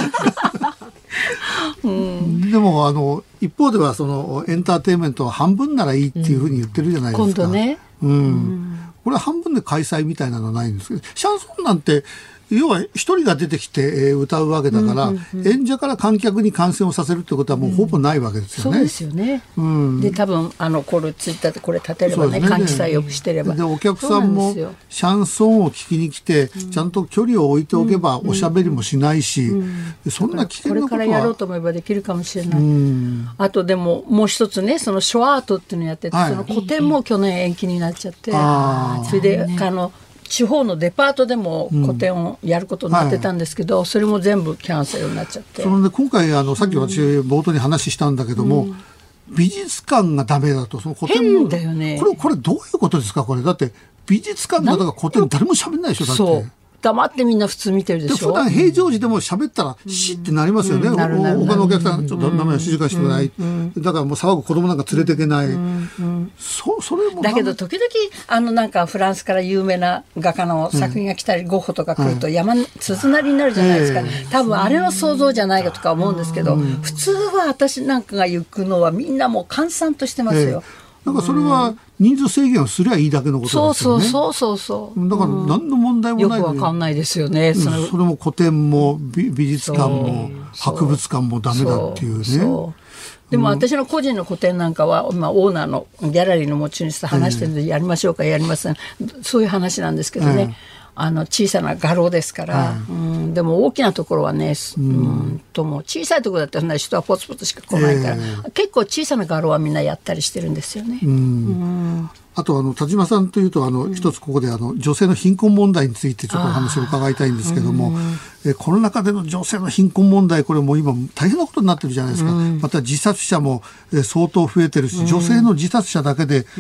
でも一方ではそのエンターテインメントは半分ならいいっていうふうに言ってるじゃないですか。 今度ね、 これは半分で開催みたいなのはないんですけど、シャンソンなんて要は一人が出てきて歌うわけだから、演者から観客に観戦をさせるってことはもうほぼないわけですよね。 そうですよね。で多分これツイッターでこれ立てればね、換気さえよくしてれば。 でお客さんもシャンソンを聞きに来て、ちゃんと距離を置いておけばおしゃべりもしないし、そんな危険なことはこれからやろうと思えばできるかもしれない。あとでももう一つね、そのショーアートっていうのをやってて、その個展も去年延期になっちゃって、それで地方のデパートでも個展をやることになってたんですけど、それも全部キャンセルになっちゃって。 そので今回さっき私冒頭に話したんだけども、美術館がダメだと、その個展も変だよね。 これどういうことですか。これだって美術館の方が個展誰も喋んないでしょ。だってそう黙ってみんな普通見てるでしょ。 普段平常時でも喋ったらシッってなりますよね。他のお客さんちょっとダメだ静かしてください、だからもう騒ぐ子供なんか連れていけない、それもだけど時々なんかフランスから有名な画家の作品が来たり、ゴッホとか来ると鈴なりになるじゃないですか、多分あれの想像じゃないかとか思うんですけど、普通は私なんかが行くのはみんなもう閑散としてますよ。 なんかそれは人数制限をすりゃいいだけのことですよね。 そうだから何の問題もない、 よくわかんないですよね。 それも個展も美術館も博物館もダメだっていうね。 でも私の個人の個展なんかは今オーナーのギャラリーの持ち主と話してるので、やりましょうかやりません、そういう話なんですけどね、小さな画廊ですから、でも大きなところはね、もう小さいところだったら人はポツポツしか来ないから、結構小さな画廊はみんなやったりしてるんですよね。 あと田島さんというと一つここで女性の貧困問題についてちょっとお話を伺いたいんですけども、コロナ禍での女性の貧困問題、これもう今大変なことになってるじゃないですか。また自殺者も相当増えてるし、女性の自殺者だけで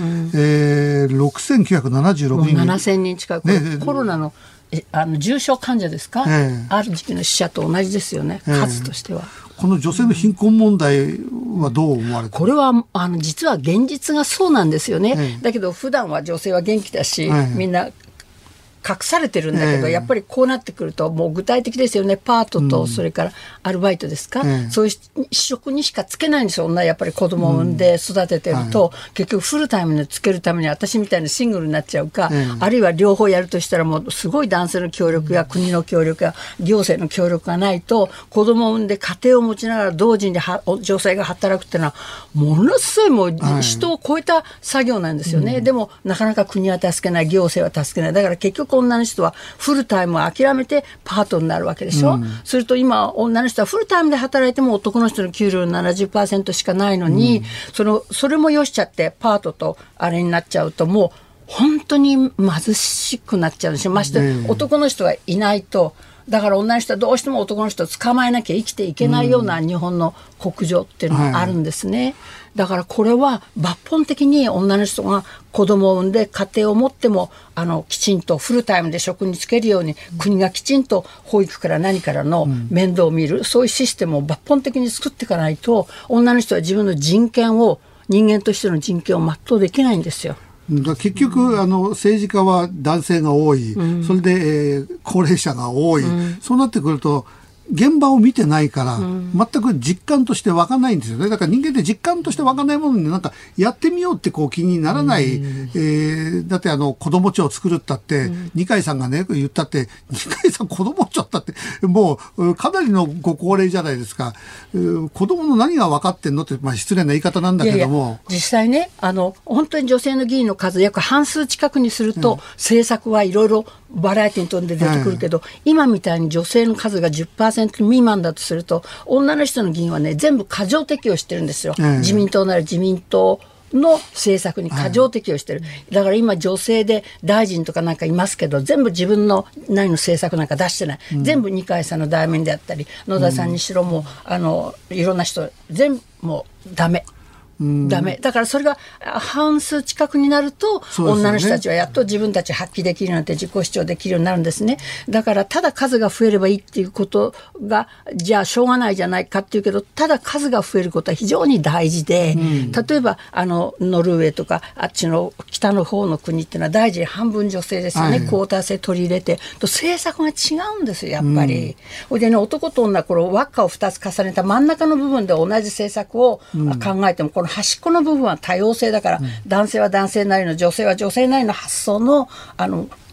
6976人、 7000人近く、コロナの重症患者ですか、ある時期の死者と同じですよね、数としては。 この女性の貧困問題はどう思われてる？ これは実は現実がそうなんですよね、だけど普段は女性は元気だし、みんな隠されてるんだけど、やっぱりこうなってくるともう具体的ですよね。パートとそれからアルバイトですか、そういう職にしかつけないんですよ。女やっぱり子供を産んで育ててると、結局フルタイムにつけるために私みたいにシングルになっちゃうか、あるいは両方やるとしたらもうすごい男性の協力や国の協力や行政の協力がないと、子供を産んで家庭を持ちながら同時に女性が働くっていうのはものすごいもう人を超えた作業なんですよね、でもなかなか国は助けない、行政は助けない。だから結局女の人はフルタイムを諦めてパートになるわけでしょ、すると今女の人はフルタイムで働いても男の人の給料の 70% しかないのに、それもよしちゃってパートとあれになっちゃうと、もう本当に貧しくなっちゃうんですよ。まして男の人がいないと、だから女の人はどうしても男の人を捕まえなきゃ生きていけないような日本の国情っていうのがあるんですね、だからこれは抜本的に女の人が子供を産んで家庭を持ってもきちんとフルタイムで職に就けるように、国がきちんと保育から何からの面倒を見る、そういうシステムを抜本的に作っていかないと、女の人は自分の人権を、人間としての人権を全うできないんですよ。 結局政治家は男性が多い、それで、高齢者が多い、そうなってくると現場を見てないから、全く実感として湧かないんですよね。だから人間って実感として湧かないものになんかやってみようって気にならない、だって子供庁を作るったって、二階さんがね言ったって、二階さん子供庁だってもうかなりのご高齢じゃないですか。子供の何が分かってんのって、失礼な言い方なんだけども、 いやいや実際ね本当に女性の議員の数約半数近くにすると、政策はいろいろバラエティに富んで出てくるけど、今みたいに女性の数が 10% 未満だとすると、女の人の議員はね全部過剰適用してるんですよ、自民党なら自民党の政策に過剰適用してる、だから今女性で大臣とかなんかいますけど、全部自分の何の政策なんか出してない、全部二階さんの代面であったり野田さんにしろもいろんな人全部もうダメだからそれが半数近くになると、女の人たちはやっと自分たち発揮できるようになって自己主張できるようになるんですね。だからただ数が増えればいいっていうことがじゃあしょうがないじゃないかっていうけど、ただ数が増えることは非常に大事で、例えばノルウェーとかあっちの北の方の国っていうのは大臣半分女性ですよね、クォーター制取り入れてと政策が違うんですよやっぱり。でね、男と女この輪っかを2つ重ねた真ん中の部分で同じ政策を考えても、この端っこの部分は多様性だから、男性は男性なりの女性は女性なりの発想の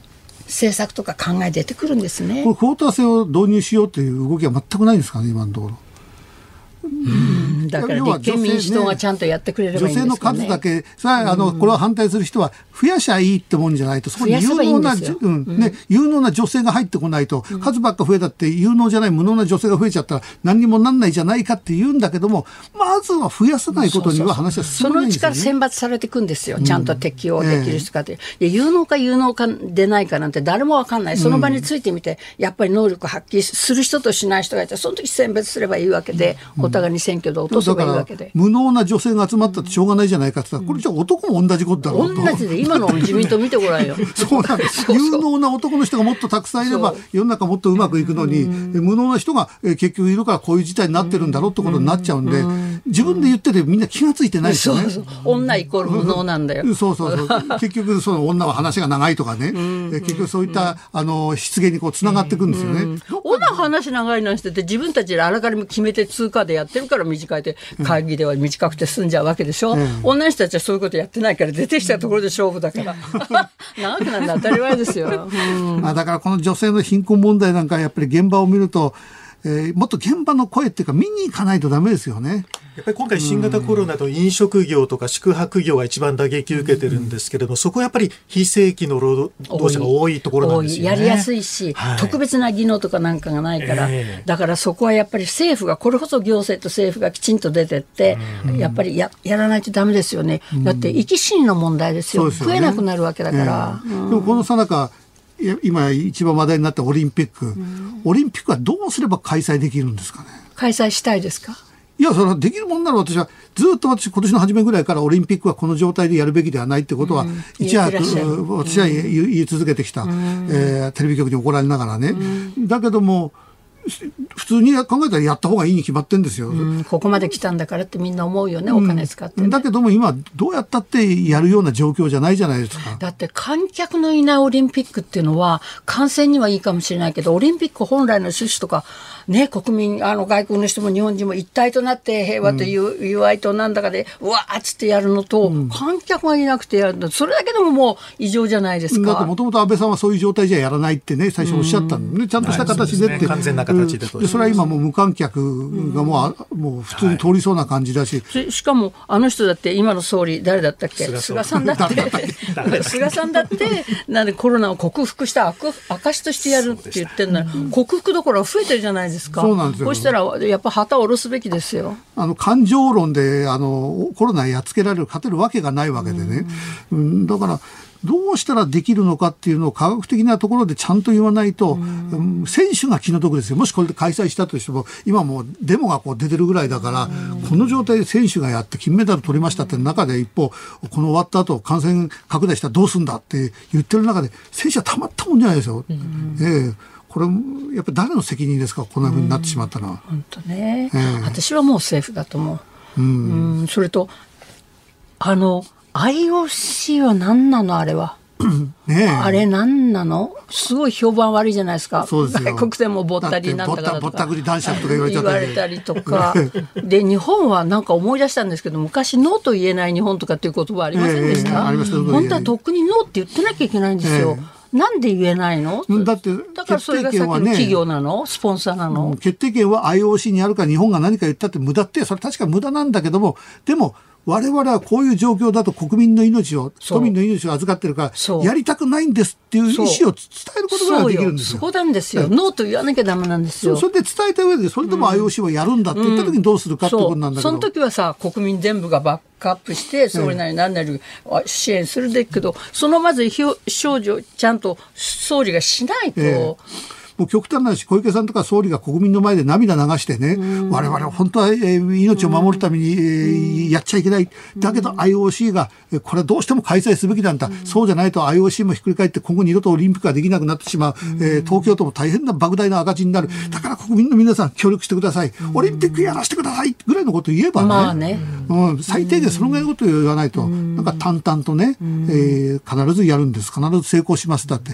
政策とか考え出てくるんですね。 これクォーター制を導入しようという動きは全くないんですかね、今のところ。 だから立憲民主党がちゃんとやってくれればいいんですよね。 女性の数だけ、それはこれを反対する人は増やしゃいいってもんじゃないと、そこに有能な、有能な女性が入ってこないと、数ばっか増えたって有能じゃない無能な女性が増えちゃったら何にもなんないじゃないかって言うんだけども、まずは増やさないことには話は進まないんですよね。 そのうちから選抜されていくんですよ。ちゃんと適用できる人かで、有能か有能かでないかなんて誰もわかんない。その場についてみて、やっぱり能力発揮する人としない人がいたら、その時選別すればいいわけで、お互いに選挙で落とせばいいわけで。 無能な女性が集まったってしょうがないじゃないかって言ったら、これじゃあ男も同じことだろうと。 同じで、今の自民党見てごらんよ。 そうなんです。有能な男の人がもっとたくさんいれば世の中もっとうまくいくのに、無能な人が結局いるからこういう事態になってるんだろうってことになっちゃうんで、自分で言っててみんな気がついてないですよね。 そうそう、女イコール無能なんだよ。 そう結局その女は話が長いとかね、結局そういった失言にこうつながっていくんですよね。 女は話長いなんしてて、自分たちであらかじめ決めて通過でやってるから短いで、会議では短くて済んじゃうわけでしょ。女の人たちはそういうことやってないから、出てきたところで勝負だから長くなるの当たり前ですよ。 だからこの女性の貧困問題なんかやっぱり現場を見ると、もっと現場の声っていうか見に行かないとダメですよね。 やっぱり今回新型コロナと飲食業とか宿泊業が一番打撃を受けてるんですけれども、そこはやっぱり非正規の労働者が多いところなんですよね。 やりやすいし、特別な技能とかなんかがないから、だからそこはやっぱり政府が、これこそ行政と政府がきちんと出てって、やっぱり やらないとダメですよね。だって生き死にの問題ですよ。食えなくなるわけだから。 でもこの最中今一番話題になったオリンピック、オリンピックはどうすれば開催できるんですかね。 開催したいですか。 いや、それはできるもんなら私はずっと今年の初めぐらいからオリンピックはこの状態でやるべきではないってことは、いち早く私は言い続けてきた、テレビ局に怒られながらね。だけども普通に考えたらやった方がいいに決まってんですよ。 ここまで来たんだからってみんな思うよね、お金使って、ね。 だけども今どうやったってやるような状況じゃないじゃないですか。 だって観客のいないオリンピックっていうのは感染にはいいかもしれないけど、オリンピック本来の趣旨とかね、国民外国の人も日本人も一体となって平和という祝いとなんだかでうわーっつってやるのと、観客がいなくてやるの、それだけでももう異常じゃないですか。 だってもともと安倍さんはそういう状態じゃやらないってね、最初おっしゃったんでね、ちゃんとした形でって、 完全な形でと。 それは今もう無観客がもう普通に通りそうな感じだし、 しかもあの人だって今の総理誰だったっけ、菅さんだって菅さんだってなんでコロナを克服した証としてやるって言ってんなら、克服どころか増えてるじゃないですか。 そうなんですよ。 そしたらやっぱ旗を下ろすべきですよ。 感情論でコロナやっつけられる勝てるわけがないわけでね、だからどうしたらできるのかっていうのを科学的なところでちゃんと言わないと、選手が気の毒ですよ。もしこれで開催したとしても、今もうデモがこう出てるぐらいだから、この状態で選手がやって金メダル取りましたって中で、一方この終わった後感染拡大したらどうすんだって言ってる中で、選手はたまったもんじゃないですよ。これやっぱり誰の責任ですか、こんな風になってしまったのは。 本当ね、私はもう政府だと思う。それとIOC は何なのあれは。あれ何なの、すごい評判悪いじゃないですか。 そうですよ。 外国でもぼったりなんだからとかぼったくり男爵とか言われたりとかで、日本はなんか思い出したんですけど、昔ノーと言えない日本とかっていう言葉ありませんでした。本当はとっくにノーって言ってなきゃいけないんですよ。なんで言えないの。だからそれがさっきの企業なの、スポンサーなの。 決定権は IOC にあるから、日本が何か言ったって無駄って、それ確か無駄なんだけども、でも我々はこういう状況だと国民の命を、都民の命を預かってるから、やりたくないんですっていう意思を伝えることができるんですよ。 そうなんですよ。ノーと言わなきゃダメなんですよ。 それで伝えた上で、それでも IOC はやるんだって言った時にどうするかってことなんだけど、 その時はさ、国民全部がバックアップして、総理なり何なり支援するけど、そのまず少女ちゃんと総理がしないと。 もう極端な話、小池さんとか総理が国民の前で涙流してね、我々は本当は命を守るためにやっちゃいけない。だけど IOC がこれはどうしても開催すべきなんだ。そうじゃないと IOC もひっくり返って今後二度とオリンピックができなくなってしまう。東京都も大変な莫大な赤字になる。だから国民の皆さん協力してください。オリンピックやらせてくださいぐらいのことを言えばね。最低限そのぐらいのことを言わないと、なんか淡々とね、必ずやるんです。必ず成功しますだって。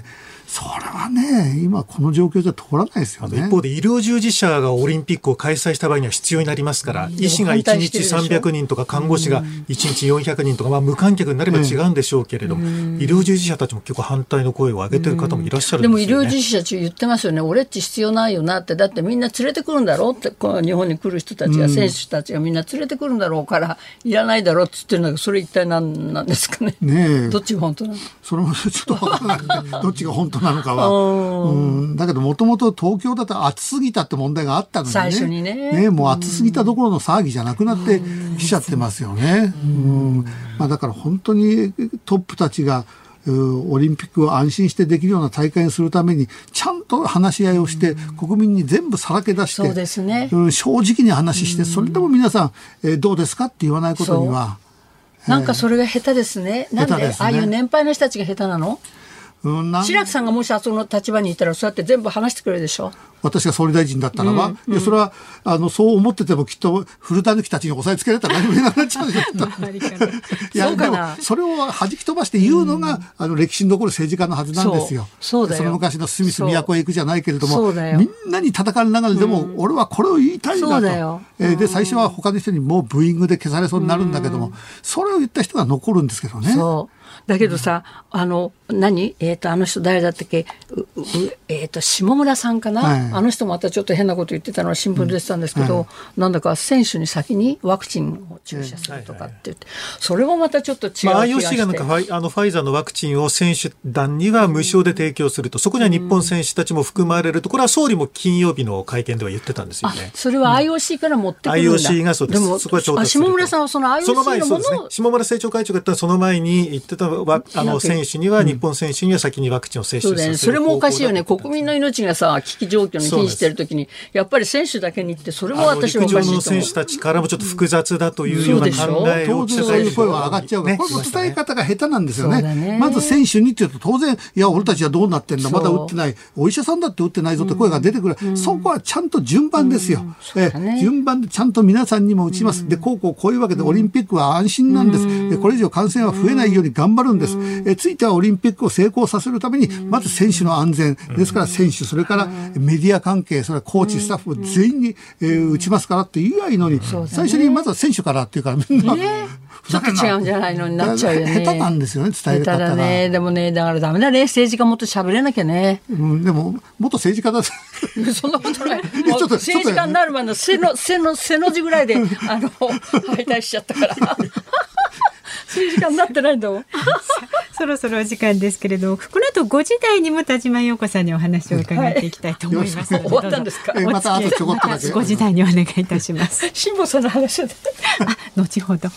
それはね、今この状況じゃ通らないですよね。 一方で医療従事者がオリンピックを開催した場合には必要になりますから、医師が1日300人とか看護師が1日400人とか、無観客になれば違うんでしょうけれども、医療従事者たちも結構反対の声を上げている方もいらっしゃるんですよね。 でも医療従事者たち言ってますよね。俺っち必要ないよなって。だってみんな連れてくるんだろうって、日本に来る人たちや選手たちがみんな連れてくるんだろうからいらないだろうって言ってるんだけど、それ一体何なんですかね。どっちが本当なの？ それもちょっと分からないどっちが本当なのかは。だけどもともと東京だと暑すぎたって問題があったのにね、 最初にね、 もう暑すぎたどころの騒ぎじゃなくなってきちゃってますよね。だから本当にトップたちがオリンピックを安心してできるような大会にするためにちゃんと話し合いをして国民に全部さらけ出して、 そうですね、 正直に話して、それでも皆さん、どうですかって言わないことには、 なんかそれが下手ですね。なんでああいう年配の人たちが下手なの？白木さんがもしその立場にいたらそうやって全部話してくれるでしょ。 私が総理大臣だったらば、いやそれはそう思っててもきっと古田抜きたちに押さえつけられたら何も言えなくなっちゃうよいやでもそれを弾き飛ばして言うのが、歴史に残る政治家のはずなんですよ。 そうだよ。 その昔のスミス都へ行くじゃないけれども、みんなに叩かれながらでも、俺はこれを言いたいんだと。で最初は他の人にもうブーイングで消されそうになるんだけども、それを言った人が残るんですけどね。 だけどさ、あの人誰だったっけ、下村さんかな、あの人もまたちょっと変なこと言ってたのは新聞で出てたんですけど、なんだか選手に先にワクチンを注射するとかって言って、それもまたちょっと違う気がして、 IOC がなんかファイザーのワクチンを選手団には無償で提供すると、そこには日本選手たちも含まれると、これは総理も金曜日の会見では言ってたんですよね。 それは IOC から持ってくるんだ。 IOC がそうです。でもそこは調達すると。 下村さんはその IOC のものを、 下村政調会長が言ったらその前に言ってた選手には、日本選手には先にワクチンを接種させる。 それもおかしいよね。国民の命がさ、危機状況に瀕しているときに、やっぱり選手だけにって、それも私はおかしいと思う。 陸上の選手たちからもちょっと複雑だというような考えを、 当然そういう声は上がっちゃうから、これも伝え方が下手なんですよね。まず選手にって言うと、当然、いや、俺たちはどうなってんだ、まだ打ってない、お医者さんだって打ってないぞって声が出てくる。そこはちゃんと順番ですよ。順番でちゃんと皆さんにも打ちます。で、こういうわけでオリンピックは安心なんです。これ以上感染は増えないように頑張るんです。ついてはオリンピックを成功させるために、まず選手の安全ですから、選手、それからメディア関係、それからコーチ、スタッフ全員に打ちますからって言えばいいのに、最初にまずは選手からっていうから、みんなちょっと違うんじゃないのになっちゃうよね。 下手なんですよね、伝え方が。 下手だね。でもね、だからダメだね、政治家もっと喋れなきゃね。 でも元政治家だそんなことない。政治家になる前の背の字ぐらいで敗退しちゃったから政治家になってないんだもんそろそろお時間ですけれども、この後5時台にも田島陽子さんにお話を伺っていきたいと思います。 終わったんですか？ またあとちょこっとだけ 5時台にお願いいたします。 辛坊さんの話で後ほど。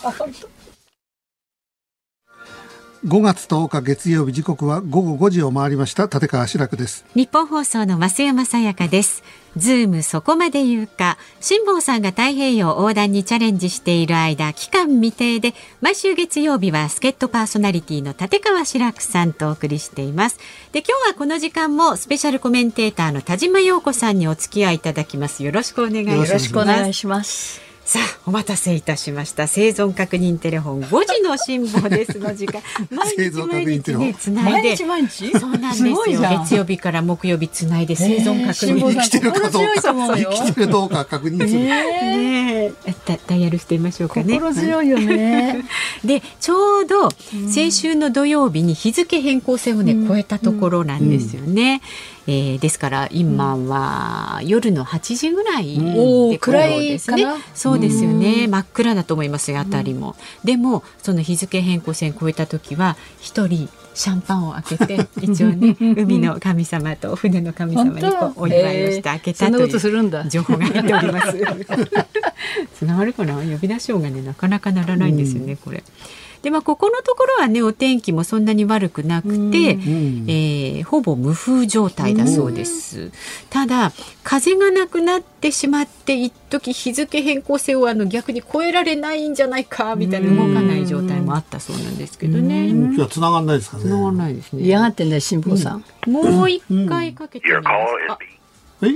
5月10日月曜日、時刻は午後5時を回りました。立川志らくです。 日本放送の増山さやかです。ズームそこまで言うか、辛坊さんが太平洋横断にチャレンジしている間、期間未定で毎週月曜日は助っ人パーソナリティの立川志らくさんとお送りしています。で、今日はこの時間もスペシャルコメンテーターの田島陽子さんにお付き合いいただきます。よろしくお願いします。 よろしくお願いします。 さあ、お待たせいたしました。生存確認テレフォン5時の辛坊ですの時間。毎日ね、つないで。 毎日そうなんですよ。月曜日から木曜日つないで生存確認。 生きてるかどうか、生きてるどうか確認する。 ダイヤルしてみましょうかね。 心強いよね。 で、ちょうど先週の土曜日に日付変更線をね、超えたところなんですよね。ですから今は夜の8時ぐらいで暗いですね。 そうですよね。真っ暗だと思いますよ、あたりも。でもその日付変更線超えた時は一人シャンパンを開けて一応ね海の神様と船の神様にこうお祝いをして開けたという情報が入っております。つながるかな、呼び出し音がねなかなかならないんですよね、これ。で、ここのところはねお天気もそんなに悪くなくて、ほぼ無風状態だそうです。ただ風がなくなってしまって一時日付変更線を逆に越えられないんじゃないかみたいな動かない状態もあったそうなんですけどね。 いや、繋がんないですかね。 繋がんないですね。 嫌がってんだよ辛坊さん。 もう一回かけてみます。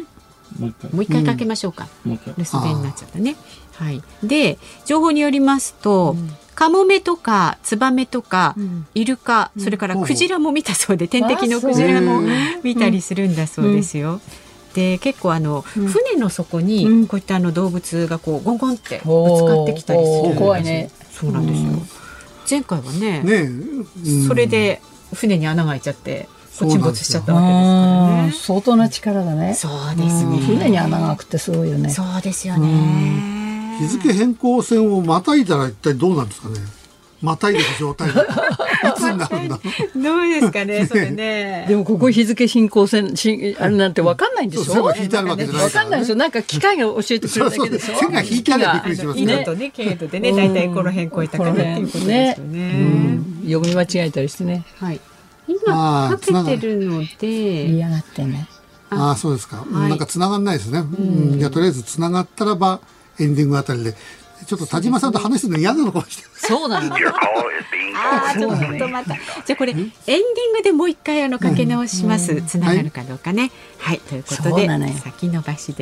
もう一回かけましょうか。留守電になっちゃったね。はい。で、情報によりますと、カモメとかツバメとか、イルカ、それからクジラも見たそうで、天敵のクジラも見たりするんだそうですよ。で、結構船の底にこういった動物がこうゴンゴンってぶつかってきたりする。 怖いね。 そうなんですよ。前回はね、それで船に穴が開いちゃって沈没しちゃったわけですからね。 相当な力だね。 そうですね。 船に穴が開くってすごいよね。 そうですよね。 日付変更線をまたいだら一体どうなんですかね。またいでる状態がいつになるんだ。 どうですかね、それね。 でもここ日付変更線あれなんて分かんないんでしょ。 線が引いてあるわけじゃない分かんないでしょ。なんか機械が教えてくれるだけでしょ。 線が引いてあるびっくりしますね。 緯度とね、経度でね、だいたいこの辺越えたかなっていうことですよね。 読み間違えたりしてね。 はい。今かけてるので嫌がってね。 ああ、そうですか。なんか繋がんないですね。じゃあとりあえず繋がったらばエンディングあたりで。ちょっと田島さんと話すの嫌なのかもしれない。 そうなんだ。 ちょっとまた。じゃあこれエンディングでもう一回かけ直します。つながるかどうかね。はい、ということで先延ばしです。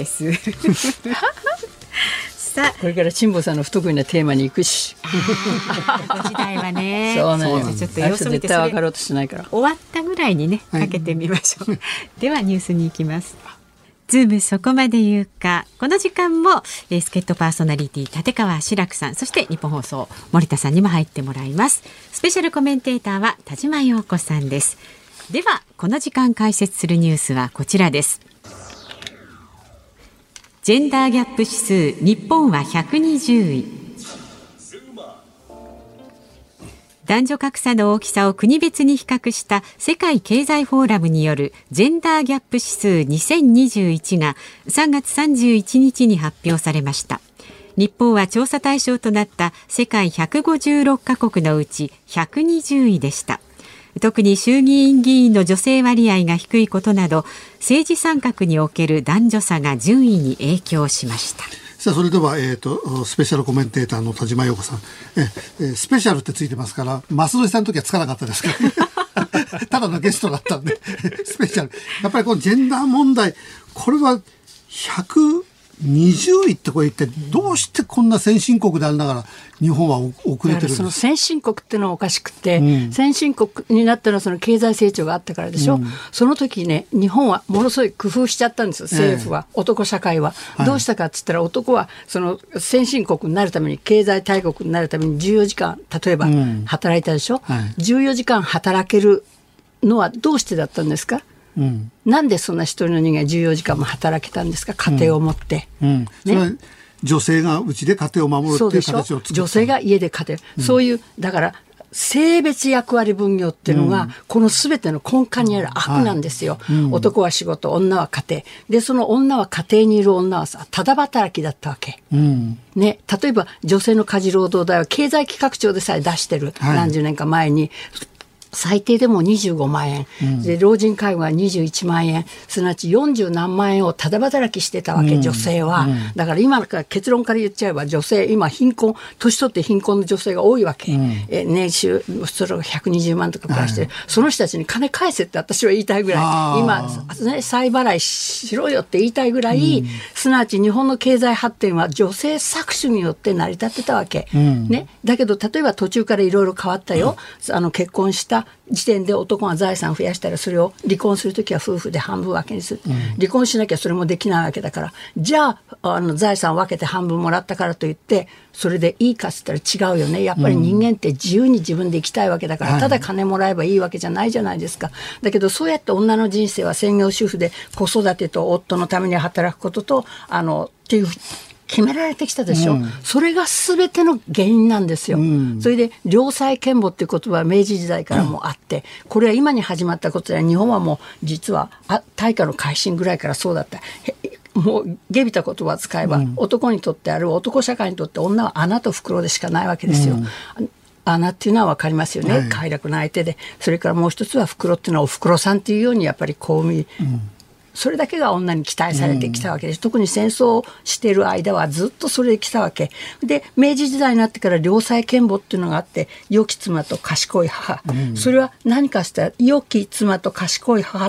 さあ、 これから辛坊さんの不得意なテーマに行くし。 時代はね。 そうなんです。ちょっと様子見て絶対分かろうとしないから。 終わったぐらいにねかけてみましょう。ではニュースに行きます。ズームそこまで言うか。この時間も助っ人パーソナリティ立川志らくさん、そして日本放送森田さんにも入ってもらいます。スペシャルコメンテーターは田島陽子さんです。ではこの時間解説するニュースはこちらです。ジェンダーギャップ指数、日本は120位。男女格差の大きさを国別に比較した世界経済フォーラムによるジェンダーギャップ指数2021が3月31日に発表されました。日本は調査対象となった世界156カ国のうち120位でした。特に衆議院議員の女性割合が低いことなど、政治参画における男女差が順位に影響しました。 さあ、それでは、スペシャルコメンテーターの田島陽子さん、スペシャルってついてますから増土さんの時はつかなかったですけどただのゲストだったんでスペシャル、やっぱりこのジェンダー問題、これは120位ってこれ一体どうしてこんな先進国でありながら日本は遅れてるんですか。 その先進国っていうのはおかしくて、先進国になったのはその経済成長があったからでしょ。その時ね、日本はものすごい工夫しちゃったんですよ。政府は、男社会はどうしたかって言ったら、男はその先進国になるために、経済大国になるために14時間例えば働いたでしょ。14時間働けるのはどうしてだったんですか。なんでそんな一人の人間14時間も働けたんですか、家庭を持って、 それは女性がうちで家庭を守るっていう形を作った。 女性が家で家庭、そういうだから性別役割分業っていうのが、この全ての根幹にある悪なんですよ。男は仕事、女は家庭で、その女は家庭にいる女はさ、ただ働きだったわけ、ね、例えば女性の家事労働代は経済企画庁でさえ出してる、何十年か前に最低でも25万円、で老人介護は21万円、すなわち40何万円をただ働きしてたわけ、女性は。だから今から結論から言っちゃえば、女性今貧困、年取って貧困の女性が多いわけ、年収それが120万とかプラスして、その人たちに金返せって私は言いたいぐらい、今、ね、再払いしろよって言いたいぐらい、すなわち日本の経済発展は女性搾取によって成り立ってたわけ、ね、だけど例えば途中からいろいろ変わったよ、結婚した時点で男が財産を増やしたら、それを離婚するときは夫婦で半分分けにする、離婚しなきゃそれもできないわけだから、じゃあ財産を分けて半分もらったからといってそれでいいかっつったら違うよね。やっぱり人間って自由に自分で生きたいわけだから、ただ金もらえばいいわけじゃないじゃないですか。だけどそうやって女の人生は専業主婦で子育てと夫のために働くこととっていう決められてきたでしょ、それが全ての原因なんですよ、それで良妻賢母っていう言葉は明治時代からもあって、これは今に始まったことで、日本はもう実は大化の改新ぐらいからそうだった。もう下びた言葉を使えば、男にとってある男社会にとって女は穴と袋でしかないわけですよ、穴っていうのは分かりますよね、快楽な相手で。それからもう一つは袋っていうのはお袋さんっていうようにやっぱり公務員、それだけが女に期待されてきたわけです、特に戦争をしている間はずっとそれで来たわけで、明治時代になってから良妻賢母っていうのがあって、良き妻と賢い母、それは何かしたら良き妻と賢い母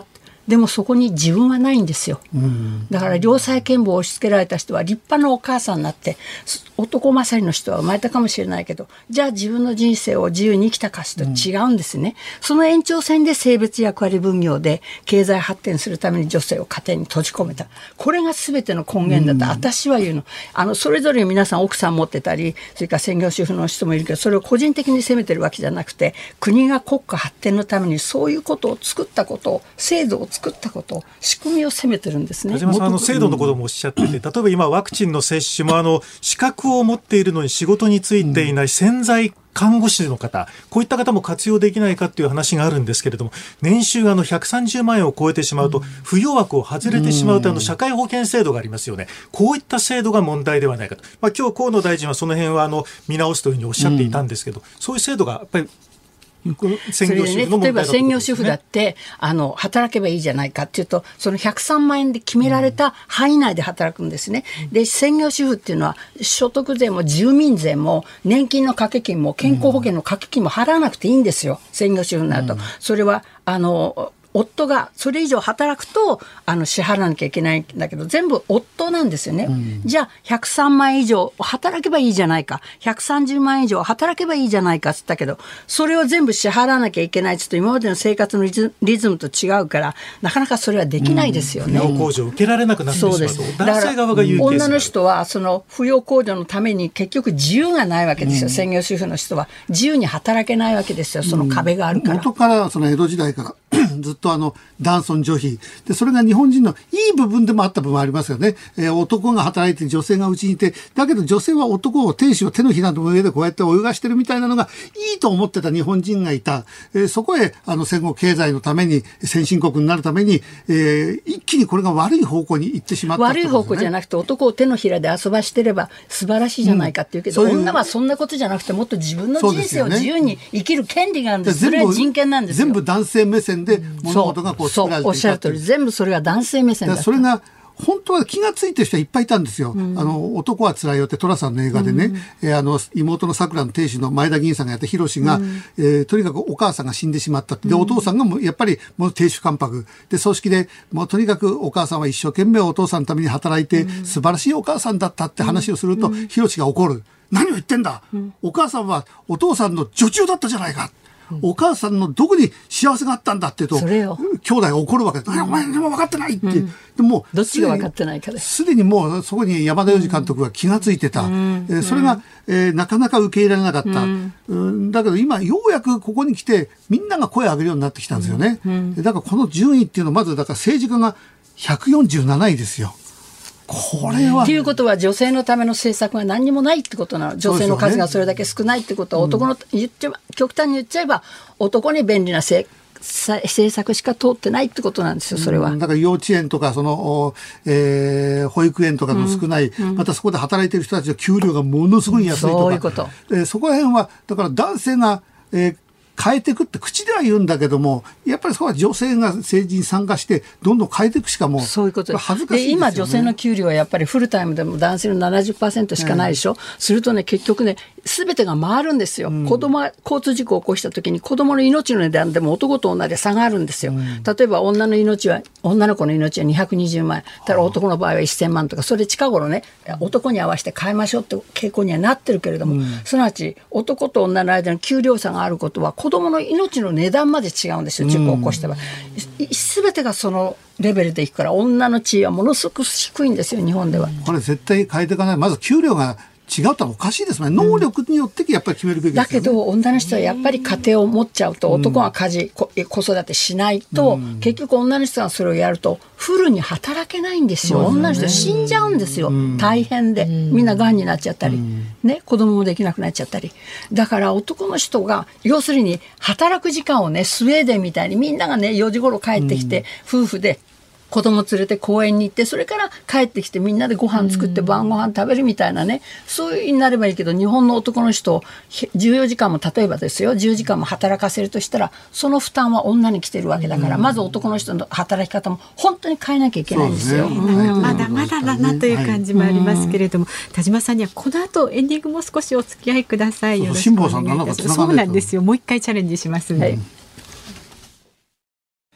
でもそこに自分はないんですよ。だから良妻賢母を押し付けられた人は立派なお母さんになって、男勝りの人は生まれたかもしれないけど、じゃあ自分の人生を自由に生きたかしと違うんですね。その延長線で性別役割分業で経済発展するために女性を家庭に閉じ込めた。これが全ての根源だと私は言うの。それぞれ皆さん奥さん持ってたり、それから専業主婦の人もいるけど、それを個人的に責めてるわけじゃなくて、国が国家発展のためにそういうことを作ったことを、制度を作ったことを、仕組みを責めてるんですね。 田島さん、制度のこともおっしゃってて、例えば今ワクチンの接種も資格を持っているのに仕事に就いていない潜在看護師の方、こういった方も活用できないかという話があるんですけれども、年収が130万円を超えてしまうと扶養枠を外れてしまうと、社会保険制度がありますよね。こういった制度が問題ではないかと、今日河野大臣はその辺は見直すというふうにおっしゃっていたんですけど、そういう制度がやっぱり専業主婦の問題だということですね。 例えば専業主婦だって働けばいいじゃないかっていうと、その103万円で決められた範囲内で働くんですね。で、専業主婦っていうのは所得税も住民税も年金の掛け金も健康保険の掛け金も払わなくていいんですよ、専業主婦になると。それは夫がそれ以上働くと支払わなきゃいけないんだけど、全部夫なんですよね。じゃあ103万円以上働けばいいじゃないか、130万円以上働けばいいじゃないかって言ったけど、それを全部支払わなきゃいけないって言うと、今までの生活のリズムと違うから、なかなかそれはできないですよね。 扶養控除を受けられなくなってしまうと、男性側が言うケースがある。 女の人はその扶養控除のために結局自由がないわけですよ。専業主婦の人は自由に働けないわけですよ。その壁があるから。 元からその江戸時代からずっと男尊女卑で、それが日本人のいい部分でもあった部分もありますよね。男が働いて女性が家にいて、だけど女性は男を亭主を手のひらの上でこうやって泳がしてるみたいなのがいいと思ってた日本人がいた。そこへ戦後経済のために先進国になるために、一気にこれが悪い方向に行ってしまったってことですね。 悪い方向じゃなくて、男を手のひらで遊ばしてれば素晴らしいじゃないかっていうけど、女はそんなことじゃなくて、もっと自分の人生を自由に生きる権利があるんです。それは人権なんですよ。 全部男性目線で物事がこう作られていた。 そうおっしゃる通り、全部それが男性目線だった。 それが本当は気がついてる人はいっぱいいたんですよ。男はつらいよって寅さんの映画でね、妹の桜の亭主の前田議員さんがやったヒロシが、とにかくお母さんが死んでしまったって。で、お父さんがもうやっぱりもう亭主関白で、葬式でもうとにかくお母さんは一生懸命お父さんのために働いて、素晴らしいお母さんだったって話をすると、ヒロシが怒る。何を言ってんだ、お母さんはお父さんの女中だったじゃないか、お母さんのどこに幸せがあったんだって言うと、兄弟が怒るわけです。お前でも分かってないって、でもどっちが分かってないかです。 すでにもうそこに山田洋次監督が気がついてた、それが、なかなか受け入れられなかった、だけど今ようやくここに来てみんなが声を上げるようになってきたんですよね、だからこの順位っていうのはまずだから政治家が147位ですよ。これは。 ということは女性のための政策が何にもないってことなの。女性の数がそれだけ少ないってことは、男の極端に言っちゃえば男に便利な政策しか通ってないってことなんですよ。それはだから幼稚園とか保育園とかの少ない、またそこで働いている人たちの給料がものすごい安いとか、 そういうこと、 そこら辺はだから男性が、変えていくって口では言うんだけども、やっぱりそこは女性が政治に参加してどんどん変えていくしかもうそういうことです。 恥ずかしいですよね。 で今女性の給料はやっぱりフルタイムでも男性の 70% しかないでしょ、するとね、結局ね、全てが回るんですよ、子供が交通事故を起こした時に子供の命の値段でも男と女で差があるんですよ、例えば女の子の命は220万円、ただ男の場合は1000万とか、それ近頃ね、男に合わせて変えましょうって傾向にはなってるけれども、すなわち男と女の間の給料差があることは子供の命の値段まで違うんですよ、事故を起こした場合、全てがそのレベルでいくから、女の地位はものすごく低いんですよ、日本では。 これ絶対変えていかない。まず給料が違うとはおかしいですね。能力によってやっぱり決めるべきですよね。 だけど女の人はやっぱり家庭を持っちゃうと、男が家事、子育てしないと、結局女の人がそれをやるとフルに働けないんですよ。女の人死んじゃうんですよ、大変で、みんながんになっちゃったり、ね、子供もできなくなっちゃったり。だから男の人が要するに働く時間をね、スウェーデンみたいにみんながね4時頃帰ってきて、夫婦で子供連れて公園に行って、それから帰ってきてみんなでご飯作って晩ご飯食べるみたいなね、そういうになればいいけど、日本の男の人を14時間も例えばですよ、10時間も働かせるとしたら、その負担は女に来てるわけだから、まず男の人の働き方も本当に変えなきゃいけないんですよ。 まだまだだなという感じもありますけれども、田島さんにはこの後エンディングも少しお付き合いください。よろしくお願いいたします。そうなんですよ、もう一回チャレンジしますね。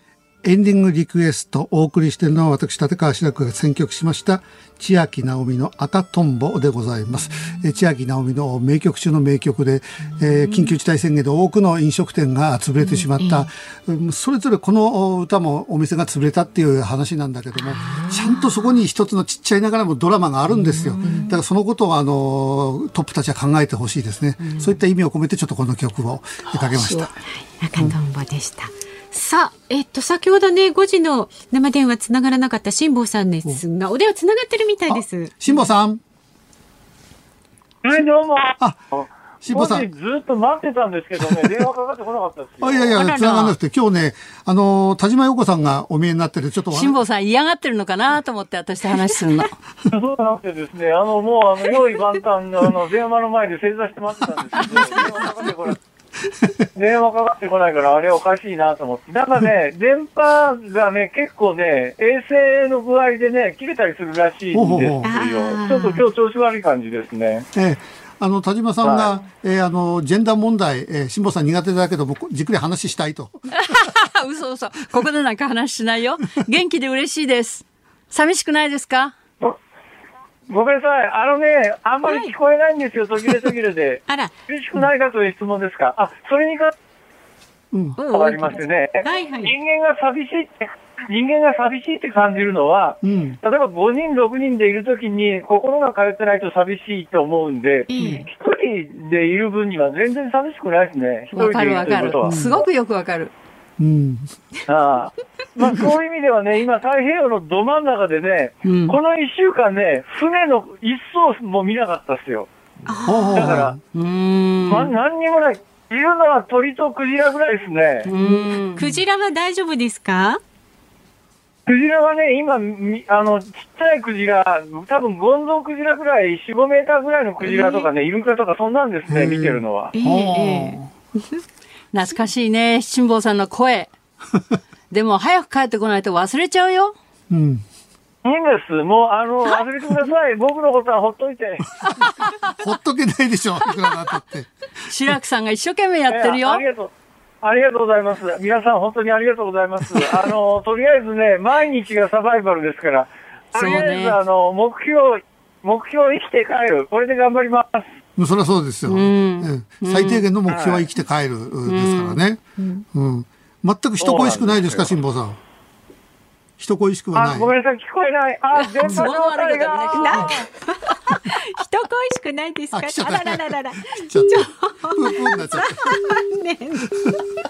エンディングリクエストお送りしているのは私立川志らくが選曲しました千秋直美の赤とんぼでございます。千秋直美の名曲中の名曲で、緊急事態宣言で多くの飲食店が潰れてしまった、それぞれこの歌もお店が潰れたっていう話なんだけども、ちゃんとそこに一つのちっちゃいながらもドラマがあるんですよ。だからそのことをトップたちは考えてほしいですね。そういった意味を込めてちょっとこの曲をかけました。 赤とんぼでした。さあ、先ほどね、5時の生電話つながらなかった辛坊さんですが、お電話つながってるみたいです。 辛坊さん。 はい、どうも。 辛坊さん。 ずっと待ってたんですけどね、電話かかってこなかったですよ。 いや、つながらなくて、今日ね、田島陽子さんがお見えになってる、ちょっと。 辛坊さん嫌がってるのかなと思って私と話するの。 そうじゃなくてですね、もう、用意万端、電話の前で正座して待ってたんですけど、電話かかってこないから、あれおかしいなと思って。なんかね、電波がね、結構ね、衛星の具合でね、切れたりするらしいんですよ。ちょっと今日調子悪い感じですね。 田島さんが、ジェンダー問題、辛坊さん苦手だけども、じっくり話したいと。 嘘。ここでなんか話しないよ。元気で嬉しいです。寂しくないですか？ ごめんなさい。あんまり聞こえないんですよ、途切れで。 あら。 嬉しくないかという質問ですか？それに変わりましてね。人間が寂しいって感じるのは、例えば5人、6人でいるときに心が通ってないと寂しいと思うんで、1人でいる分には全然寂しくないですね。1人でいるということは。 すごくよくわかる。 そういう意味ではね、今太平洋のど真ん中でね、この1週間ね、船の一艘も見なかったっすよ。だから、何にもない。いるのは鳥とクジラぐらいですね。 クジラは大丈夫ですか？ クジラはね、今、ちっちゃいクジラ、多分ゴンゾウクジラぐらい、4、5メーターぐらいのクジラとかね、イルカとかそんなんですね、見てるのは。 懐かしいね、辛坊さんの声。でも早く帰ってこないと忘れちゃうよ。 いいんです。もう、忘れてください。僕のことはほっといて。 ほっとけないでしょ、いくらだって。 志らくさんが一生懸命やってるよ。 ありがとうございます。皆さん本当にありがとうございます。とりあえずね、毎日がサバイバルですから、とりあえず、目標生きて帰る。これで頑張ります。 そりゃそうですよ。最低限の目標は生きて帰るですからね。全く人恋しくないですか、辛坊さん。人恋しくはない。 ごめんなさい、聞こえない。電波のあれが。 人恋しくないですか？あららららら。 ちょっとプープーになっちゃった。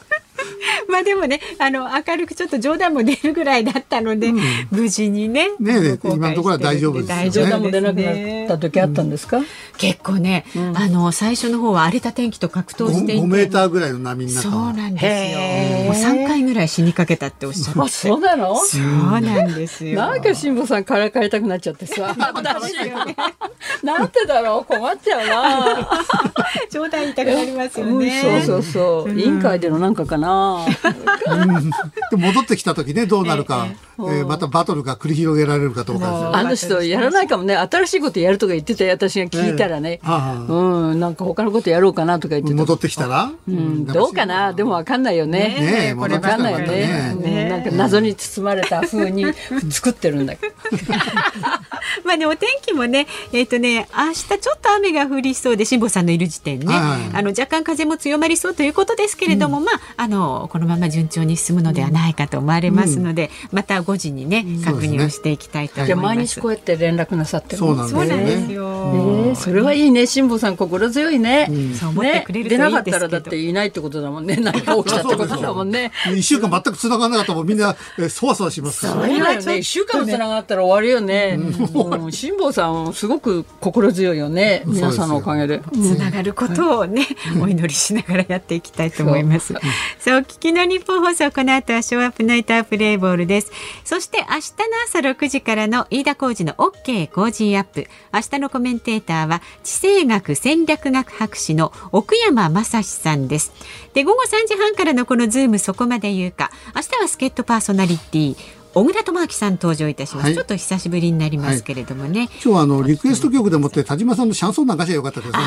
まあでもね、明るくちょっと冗談も出るぐらいだったので、無事にね。 今のところは大丈夫ですよね。 冗談も出なくなった時あったんですか？ 結構ね、最初の方は荒れた天気と格闘していて、 5メーターぐらいの波になった。 そうなんですよ。もう3回ぐらい死にかけたっておっしゃって。 そうなの？ そうなんですよ。 なんか辛坊さんからかいたくなっちゃってさ。私なんてだろう、困っちゃうな。 冗談言いたくなりますよね。 そう。委員会でのなんかかな。 で戻ってきた時ね、どうなるか、またバトルが繰り広げられるかどうかですよね。 あの人やらないかもね。新しいことやるとか言ってたよ、私が聞いたらね。なんか他のことやろうかなとか言ってた。 戻ってきたら、 どうかな。でもわかんないよね。これわかんないよね。なんか謎に包まれた風に作ってるんだけど。 まあね、お天気もね、明日ちょっと雨が降りそうで、辛坊さんのいる時点ね、若干風も強まりそうということですけれども、このまま順調に進むのではないかと思われますので、また5時にね、確認をしていきたいと思います。 毎日こうやって連絡なさってる。 そうなんですよ。 それはいいね、辛坊さん心強いね。 そう思ってくれるといいですけど。 出なかったらだっていないってことだもんね。何か起きたってことだもんね。 1週間全く繋がらなかったらもうみんなそわそわしますから。 そうよね。1週間も繋がったら終わるよね。辛坊さんすごく心強いよね。皆さんのおかげで。 繋がることをね、お祈りしながらやっていきたいと思います。そう、聞きの日本放送、この後はショーアップナイタープレイボールです。そして明日の朝6時からの飯田浩司の OK コージーアップ。明日のコメンテーターは地政学戦略学博士の奥山正史さんです。で、午後3時半からのこのズームそこまで言うか。明日は助っ人パーソナリティ小倉智昭さん登場いたします、はい、ちょっと久しぶりになりますけれどもね、はい、 今日はリクエスト曲でもって田島さんのシャンソンなんかしらよかったですね。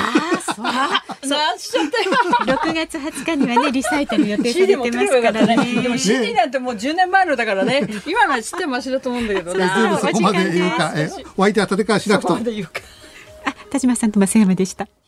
6月20日にはねリサイタル予定されてますからね。 でも CD なんてもう10年前のだからね今のは知ってマシだと思うんだけどね。 そこまで言うかお相手は立川志らくと田島さんと増山でした。